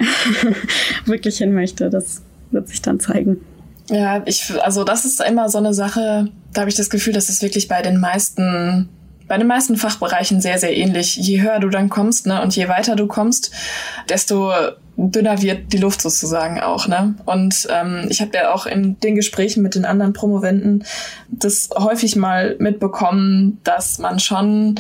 wirklich hin möchte. Das wird sich dann zeigen. Ja, ich, also das ist immer so eine Sache, da habe ich das Gefühl, das ist wirklich bei den meisten, bei den meisten Fachbereichen sehr, sehr ähnlich. Je höher du dann kommst, ne, und je weiter du kommst, desto dünner wird die Luft sozusagen auch, ne? Und ähm, ich habe ja auch in den Gesprächen mit den anderen Promovenden das häufig mal mitbekommen, dass man schon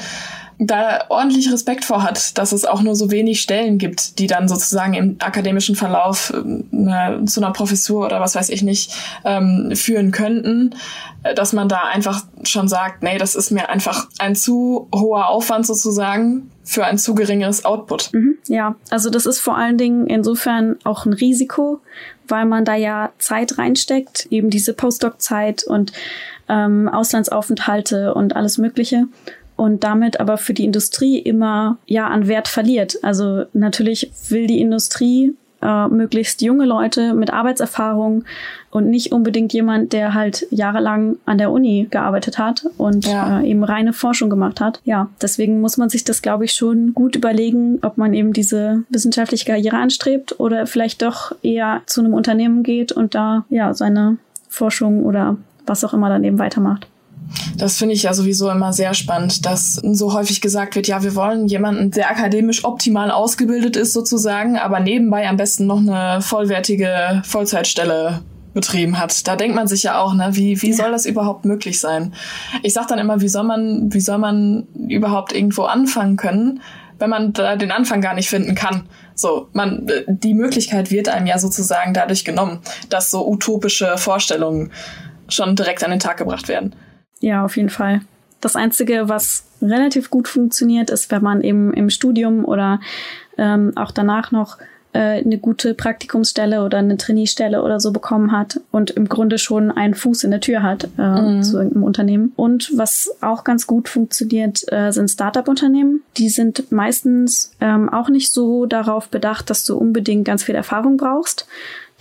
da ordentlich Respekt vor hat, dass es auch nur so wenig Stellen gibt, die dann sozusagen im akademischen Verlauf eine, zu einer Professur oder was weiß ich nicht ähm, führen könnten, dass man da einfach schon sagt, nee, das ist mir einfach ein zu hoher Aufwand sozusagen für ein zu geringeres Output. Mhm, ja, also das ist vor allen Dingen insofern auch ein Risiko, weil man da ja Zeit reinsteckt, eben diese Postdoc-Zeit und ähm, Auslandsaufenthalte und alles Mögliche. Und damit aber für die Industrie immer ja an Wert verliert. Also natürlich will die Industrie äh, möglichst junge Leute mit Arbeitserfahrung und nicht unbedingt jemand, der halt jahrelang an der Uni gearbeitet hat und ja. äh, eben reine Forschung gemacht hat. Ja, deswegen muss man sich das, glaube ich, schon gut überlegen, ob man eben diese wissenschaftliche Karriere anstrebt oder vielleicht doch eher zu einem Unternehmen geht und da ja seine Forschung oder was auch immer dann eben weitermacht. Das finde ich ja sowieso immer sehr spannend, dass so häufig gesagt wird, ja, wir wollen jemanden, der akademisch optimal ausgebildet ist sozusagen, aber nebenbei am besten noch eine vollwertige Vollzeitstelle betrieben hat. Da denkt man sich ja auch, ne, wie wie ja. soll das überhaupt möglich sein? Ich sag dann immer, wie soll man wie soll man überhaupt irgendwo anfangen können, wenn man da den Anfang gar nicht finden kann? So, man die Möglichkeit wird einem ja sozusagen dadurch genommen, dass so utopische Vorstellungen schon direkt an den Tag gebracht werden. Ja, auf jeden Fall. Das Einzige, was relativ gut funktioniert, ist, wenn man eben im Studium oder ähm, auch danach noch äh, eine gute Praktikumsstelle oder eine Trainee-Stelle oder so bekommen hat und im Grunde schon einen Fuß in der Tür hat äh, mhm. zu irgendeinem Unternehmen. Und was auch ganz gut funktioniert, äh, sind Startup-Unternehmen. Die sind meistens ähm, auch nicht so darauf bedacht, dass du unbedingt ganz viel Erfahrung brauchst.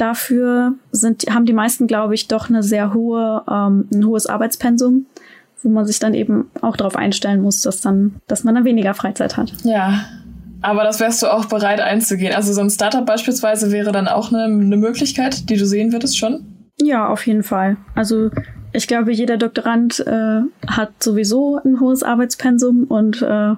Dafür sind, haben die meisten, glaube ich, doch eine sehr hohe, ähm, ein hohes Arbeitspensum, wo man sich dann eben auch darauf einstellen muss, dass dann, dass man dann weniger Freizeit hat. Ja, aber das wärst du auch bereit einzugehen. Also so ein Startup beispielsweise wäre dann auch eine, eine Möglichkeit, die du sehen würdest schon? Ja, auf jeden Fall. Also ich glaube, jeder Doktorand äh, hat sowieso ein hohes Arbeitspensum und äh,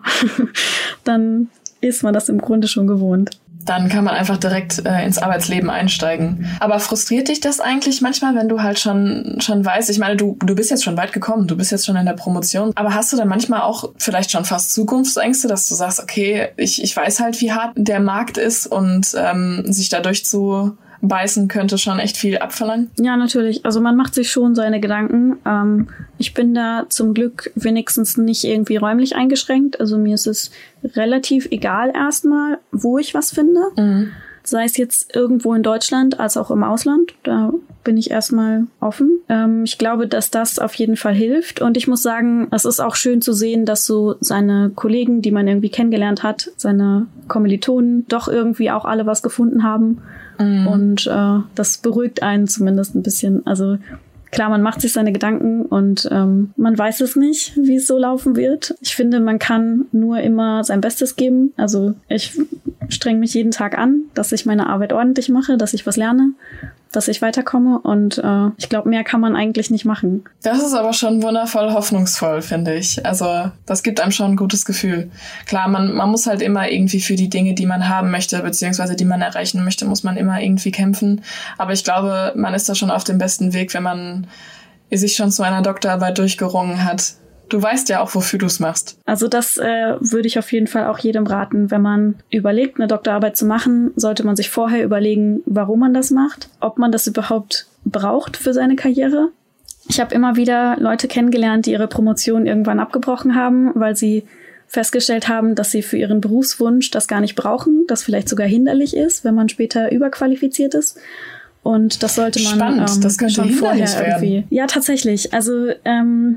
dann ist man das im Grunde schon gewohnt. Dann kann man einfach direkt äh, ins Arbeitsleben einsteigen. Aber frustriert dich das eigentlich manchmal, wenn du halt schon schon weißt, ich meine, du du bist jetzt schon weit gekommen, du bist jetzt schon in der Promotion, aber hast du dann manchmal auch vielleicht schon fast Zukunftsängste, dass du sagst, okay, ich ich weiß halt, wie hart der Markt ist und ähm, sich dadurch zu beißen könnte schon echt viel abverlangen? Ja, natürlich. Also man macht sich schon seine Gedanken. Ähm, ich bin da zum Glück wenigstens nicht irgendwie räumlich eingeschränkt. Also mir ist es relativ egal erstmal, wo ich was finde. Mhm. Sei es jetzt irgendwo in Deutschland als auch im Ausland. Da bin ich erstmal offen. Ähm, ich glaube, dass das auf jeden Fall hilft. Und ich muss sagen, es ist auch schön zu sehen, dass so seine Kollegen, die man irgendwie kennengelernt hat, seine Kommilitonen, doch irgendwie auch alle was gefunden haben. Mhm. Und äh, das beruhigt einen zumindest ein bisschen. Also klar, man macht sich seine Gedanken und ähm, man weiß es nicht, wie es so laufen wird. Ich finde, man kann nur immer sein Bestes geben. Also ich strenge mich jeden Tag an, dass ich meine Arbeit ordentlich mache, dass ich was lerne, dass ich weiterkomme und äh, ich glaube, mehr kann man eigentlich nicht machen. Das ist aber schon wundervoll hoffnungsvoll, finde ich. Also das gibt einem schon ein gutes Gefühl. Klar, man man muss halt immer irgendwie für die Dinge, die man haben möchte, beziehungsweise die man erreichen möchte, muss man immer irgendwie kämpfen. Aber ich glaube, man ist da schon auf dem besten Weg, wenn man sich schon zu einer Doktorarbeit durchgerungen hat. Du weißt ja auch, wofür du es machst. Also das äh, würde ich auf jeden Fall auch jedem raten. Wenn man überlegt, eine Doktorarbeit zu machen, sollte man sich vorher überlegen, warum man das macht, ob man das überhaupt braucht für seine Karriere. Ich habe immer wieder Leute kennengelernt, die ihre Promotion irgendwann abgebrochen haben, weil sie festgestellt haben, dass sie für ihren Berufswunsch das gar nicht brauchen, das vielleicht sogar hinderlich ist, wenn man später überqualifiziert ist. Und das sollte man Spannend, ähm, das könnte schon vorher werden. irgendwie. Ja, tatsächlich. Also ähm,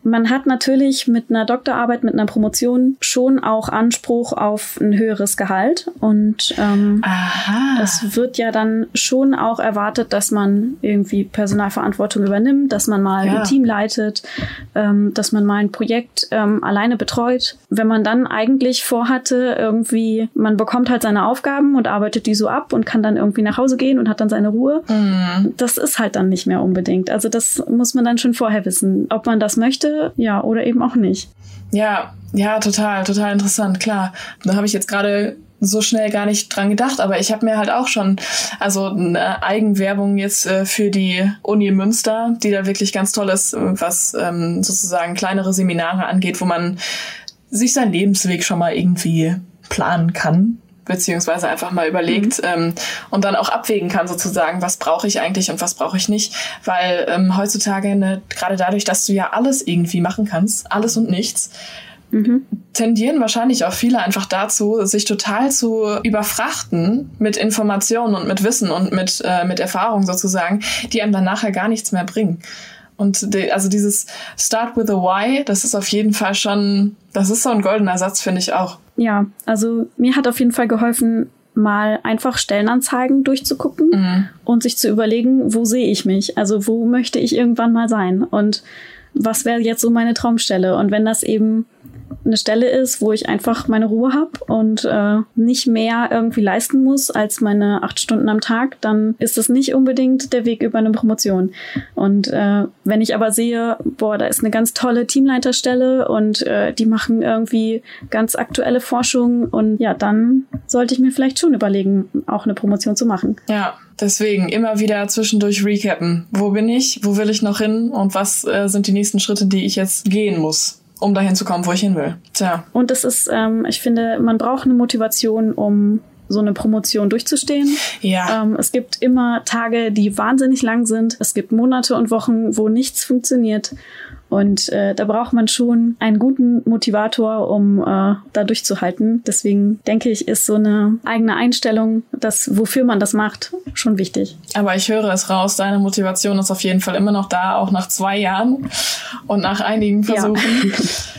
man hat natürlich mit einer Doktorarbeit, mit einer Promotion schon auch Anspruch auf ein höheres Gehalt. Und ähm, Aha. es wird ja dann schon auch erwartet, dass man irgendwie Personalverantwortung übernimmt, dass man mal Ja. ein Team leitet, ähm, dass man mal ein Projekt ähm, alleine betreut. Wenn man dann eigentlich vorhatte, irgendwie, man bekommt halt seine Aufgaben und arbeitet die so ab und kann dann irgendwie nach Hause gehen und hat dann seine Ruhe. Mhm. Das ist halt dann nicht mehr unbedingt. Also das muss man dann schon vorher wissen, ob man das möchte, ja, oder eben auch nicht. Ja, ja, total, total interessant, klar. Da habe ich jetzt gerade so schnell gar nicht dran gedacht, aber ich habe mir halt auch schon, also eine Eigenwerbung jetzt äh, für die Uni Münster, die da wirklich ganz toll ist, was ähm, sozusagen kleinere Seminare angeht, wo man sich seinen Lebensweg schon mal irgendwie planen kann, beziehungsweise einfach mal überlegt mhm. ähm, und dann auch abwägen kann sozusagen, was brauche ich eigentlich und was brauche ich nicht, weil ähm, heutzutage, ne, gerade dadurch, dass du ja alles irgendwie machen kannst, alles und nichts, mhm. tendieren wahrscheinlich auch viele einfach dazu, sich total zu überfrachten mit Informationen und mit Wissen und mit, äh, mit Erfahrung sozusagen, die einem dann nachher gar nichts mehr bringen. Und die, also dieses Start with a Why, das ist auf jeden Fall schon, das ist so ein goldener Satz, finde ich auch. Ja, also mir hat auf jeden Fall geholfen, mal einfach Stellenanzeigen durchzugucken mhm. und sich zu überlegen, wo sehe ich mich? Also wo möchte ich irgendwann mal sein? Und was wäre jetzt so meine Traumstelle? Und wenn das eben eine Stelle ist, wo ich einfach meine Ruhe habe und äh, nicht mehr irgendwie leisten muss als meine acht Stunden am Tag, dann ist das nicht unbedingt der Weg über eine Promotion. Und äh, wenn ich aber sehe, boah, da ist eine ganz tolle Teamleiterstelle und äh, die machen irgendwie ganz aktuelle Forschung und ja, dann sollte ich mir vielleicht schon überlegen, auch eine Promotion zu machen. Ja. Deswegen immer wieder zwischendurch recappen. Wo bin ich? Wo will ich noch hin? Und was äh, sind die nächsten Schritte, die ich jetzt gehen muss, um dahin zu kommen, wo ich hin will? Tja. Und es ist, ähm, ich finde, man braucht eine Motivation, um so eine Promotion durchzustehen. Ja. Ähm, es gibt immer Tage, die wahnsinnig lang sind. Es gibt Monate und Wochen, wo nichts funktioniert. Und äh, da braucht man schon einen guten Motivator, um äh, da durchzuhalten. Deswegen denke ich, ist so eine eigene Einstellung, dass, wofür man das macht, schon wichtig. Aber ich höre es raus, deine Motivation ist auf jeden Fall immer noch da, auch nach zwei Jahren und nach einigen Versuchen. Ja.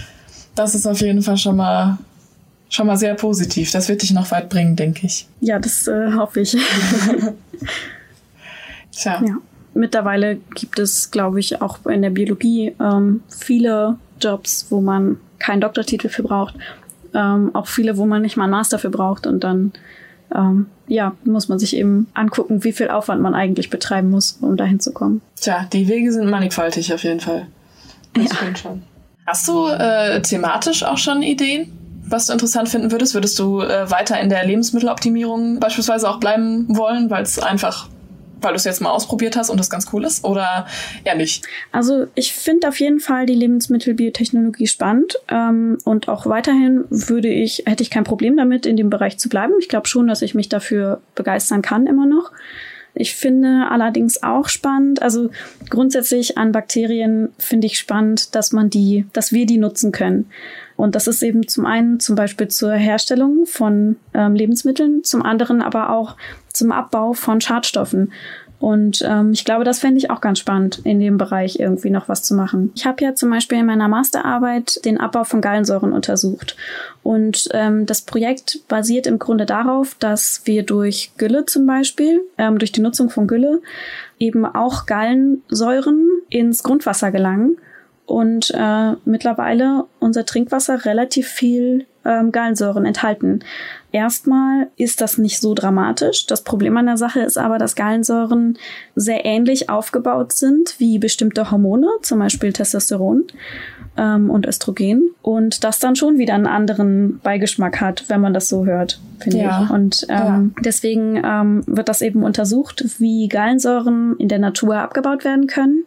Das ist auf jeden Fall schon mal, schon mal sehr positiv. Das wird dich noch weit bringen, denke ich. Ja, das äh, hoffe ich. Tja. Ja. Mittlerweile gibt es, glaube ich, auch in der Biologie ähm, viele Jobs, wo man keinen Doktortitel für braucht. Ähm, auch viele, wo man nicht mal einen Master für braucht. Und dann ähm, ja, muss man sich eben angucken, wie viel Aufwand man eigentlich betreiben muss, um dahin zu kommen. Tja, die Wege sind mannigfaltig auf jeden Fall. Das ja. stimmt schon. Hast du äh, thematisch auch schon Ideen, was du interessant finden würdest? Würdest du äh, weiter in der Lebensmitteloptimierung beispielsweise auch bleiben wollen, weil es einfach... weil du es jetzt mal ausprobiert hast und das ganz cool ist, oder eher nicht? Also ich finde auf jeden Fall die Lebensmittelbiotechnologie spannend ähm, und auch weiterhin würde ich, hätte ich kein Problem damit, in dem Bereich zu bleiben. Ich glaube schon, dass ich mich dafür begeistern kann immer noch. Ich finde allerdings auch spannend, also grundsätzlich an Bakterien finde ich spannend, dass man die, dass wir die nutzen können. Und das ist eben zum einen zum Beispiel zur Herstellung von ähm, Lebensmitteln, zum anderen aber auch zum Abbau von Schadstoffen. Und ähm, ich glaube, das fände ich auch ganz spannend, in dem Bereich irgendwie noch was zu machen. Ich habe ja zum Beispiel in meiner Masterarbeit den Abbau von Gallensäuren untersucht. Und ähm, das Projekt basiert im Grunde darauf, dass wir durch Gülle zum Beispiel, ähm, durch die Nutzung von Gülle, eben auch Gallensäuren ins Grundwasser gelangen. Und äh, mittlerweile unser Trinkwasser relativ viel ähm, Gallensäuren enthalten. Erstmal ist das nicht so dramatisch. Das Problem an der Sache ist aber, dass Gallensäuren sehr ähnlich aufgebaut sind wie bestimmte Hormone, zum Beispiel Testosteron ähm, und Östrogen. Und das dann schon wieder einen anderen Beigeschmack hat, wenn man das so hört, finde ja. ich. Und ähm, ja. deswegen ähm, wird das eben untersucht, wie Gallensäuren in der Natur abgebaut werden können.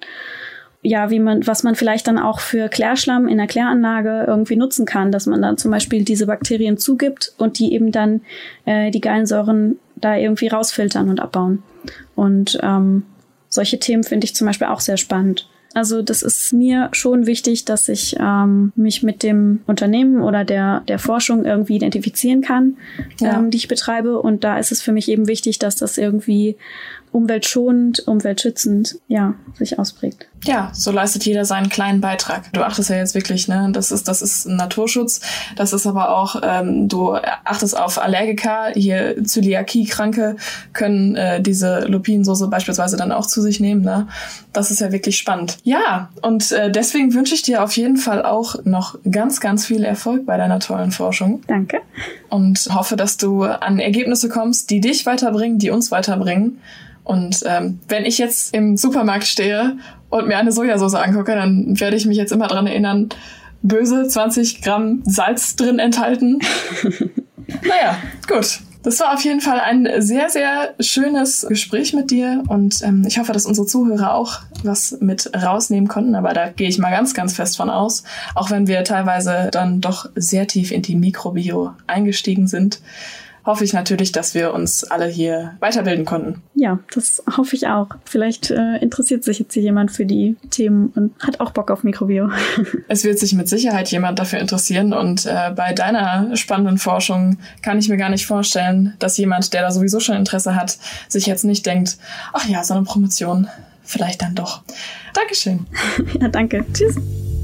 Ja, wie man, was man vielleicht dann auch für Klärschlamm in der Kläranlage irgendwie nutzen kann, dass man dann zum Beispiel diese Bakterien zugibt und die eben dann äh, die Gallensäuren da irgendwie rausfiltern und abbauen. Und ähm, solche Themen finde ich zum Beispiel auch sehr spannend. Also das ist mir schon wichtig, dass ich ähm, mich mit dem Unternehmen oder der der Forschung irgendwie identifizieren kann, ja. ähm, die ich betreibe. Und da ist es für mich eben wichtig, dass das irgendwie umweltschonend, umweltschützend, ja, sich ausprägt. Ja, so leistet jeder seinen kleinen Beitrag. Du achtest ja jetzt wirklich, ne, das ist das ist Naturschutz, das ist aber auch, ähm, du achtest auf Allergiker, hier Zöliakie-Kranke können äh, diese Lupinensoße beispielsweise dann auch zu sich nehmen, ne? Das ist ja wirklich spannend. Ja, und äh, deswegen wünsche ich dir auf jeden Fall auch noch ganz, ganz viel Erfolg bei deiner tollen Forschung. Danke. Und hoffe, dass du an Ergebnisse kommst, die dich weiterbringen, die uns weiterbringen. Und ähm, wenn ich jetzt im Supermarkt stehe und mir eine Sojasauce angucke, dann werde ich mich jetzt immer dran erinnern, böse zwanzig Gramm Salz drin enthalten. Naja, gut. Das war auf jeden Fall ein sehr, sehr schönes Gespräch mit dir und ähm, ich hoffe, dass unsere Zuhörer auch was mit rausnehmen konnten, aber da gehe ich mal ganz, ganz fest von aus, auch wenn wir teilweise dann doch sehr tief in die Mikrobio eingestiegen sind. Hoffe ich natürlich, dass wir uns alle hier weiterbilden konnten. Ja, das hoffe ich auch. Vielleicht äh, interessiert sich jetzt hier jemand für die Themen und hat auch Bock auf Mikrobio. Es wird sich mit Sicherheit jemand dafür interessieren und äh, bei deiner spannenden Forschung kann ich mir gar nicht vorstellen, dass jemand, der da sowieso schon Interesse hat, sich jetzt nicht denkt, ach ja, so eine Promotion, vielleicht dann doch. Dankeschön. Ja, danke. Tschüss.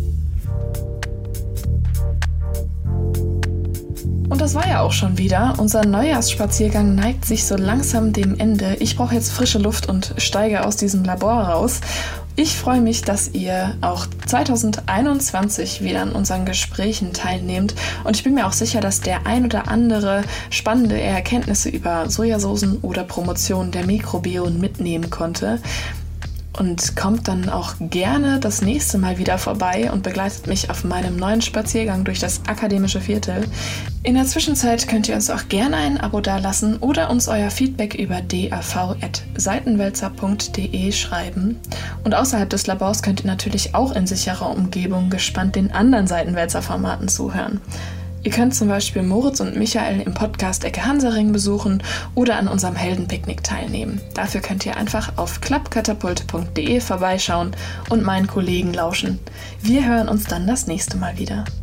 Und das war ja auch schon wieder. Unser Neujahrsspaziergang neigt sich so langsam dem Ende. Ich brauche jetzt frische Luft und steige aus diesem Labor raus. Ich freue mich, dass ihr auch zwanzig einundzwanzig wieder an unseren Gesprächen teilnehmt. Und ich bin mir auch sicher, dass der ein oder andere spannende Erkenntnisse über Sojasoßen oder Promotion der Mikrobioten mitnehmen konnte. Und kommt dann auch gerne das nächste Mal wieder vorbei und begleitet mich auf meinem neuen Spaziergang durch das akademische Viertel. In der Zwischenzeit könnt ihr uns auch gerne ein Abo dalassen oder uns euer Feedback über d a v at seitenwälzer punkt d e schreiben. Und außerhalb des Labors könnt ihr natürlich auch in sicherer Umgebung gespannt den anderen Seitenwälzer-Formaten zuhören. Ihr könnt zum Beispiel Moritz und Michael im Podcast Ecke Hansaring besuchen oder an unserem Heldenpicknick teilnehmen. Dafür könnt ihr einfach auf klappkatapult punkt d e vorbeischauen und meinen Kollegen lauschen. Wir hören uns dann das nächste Mal wieder.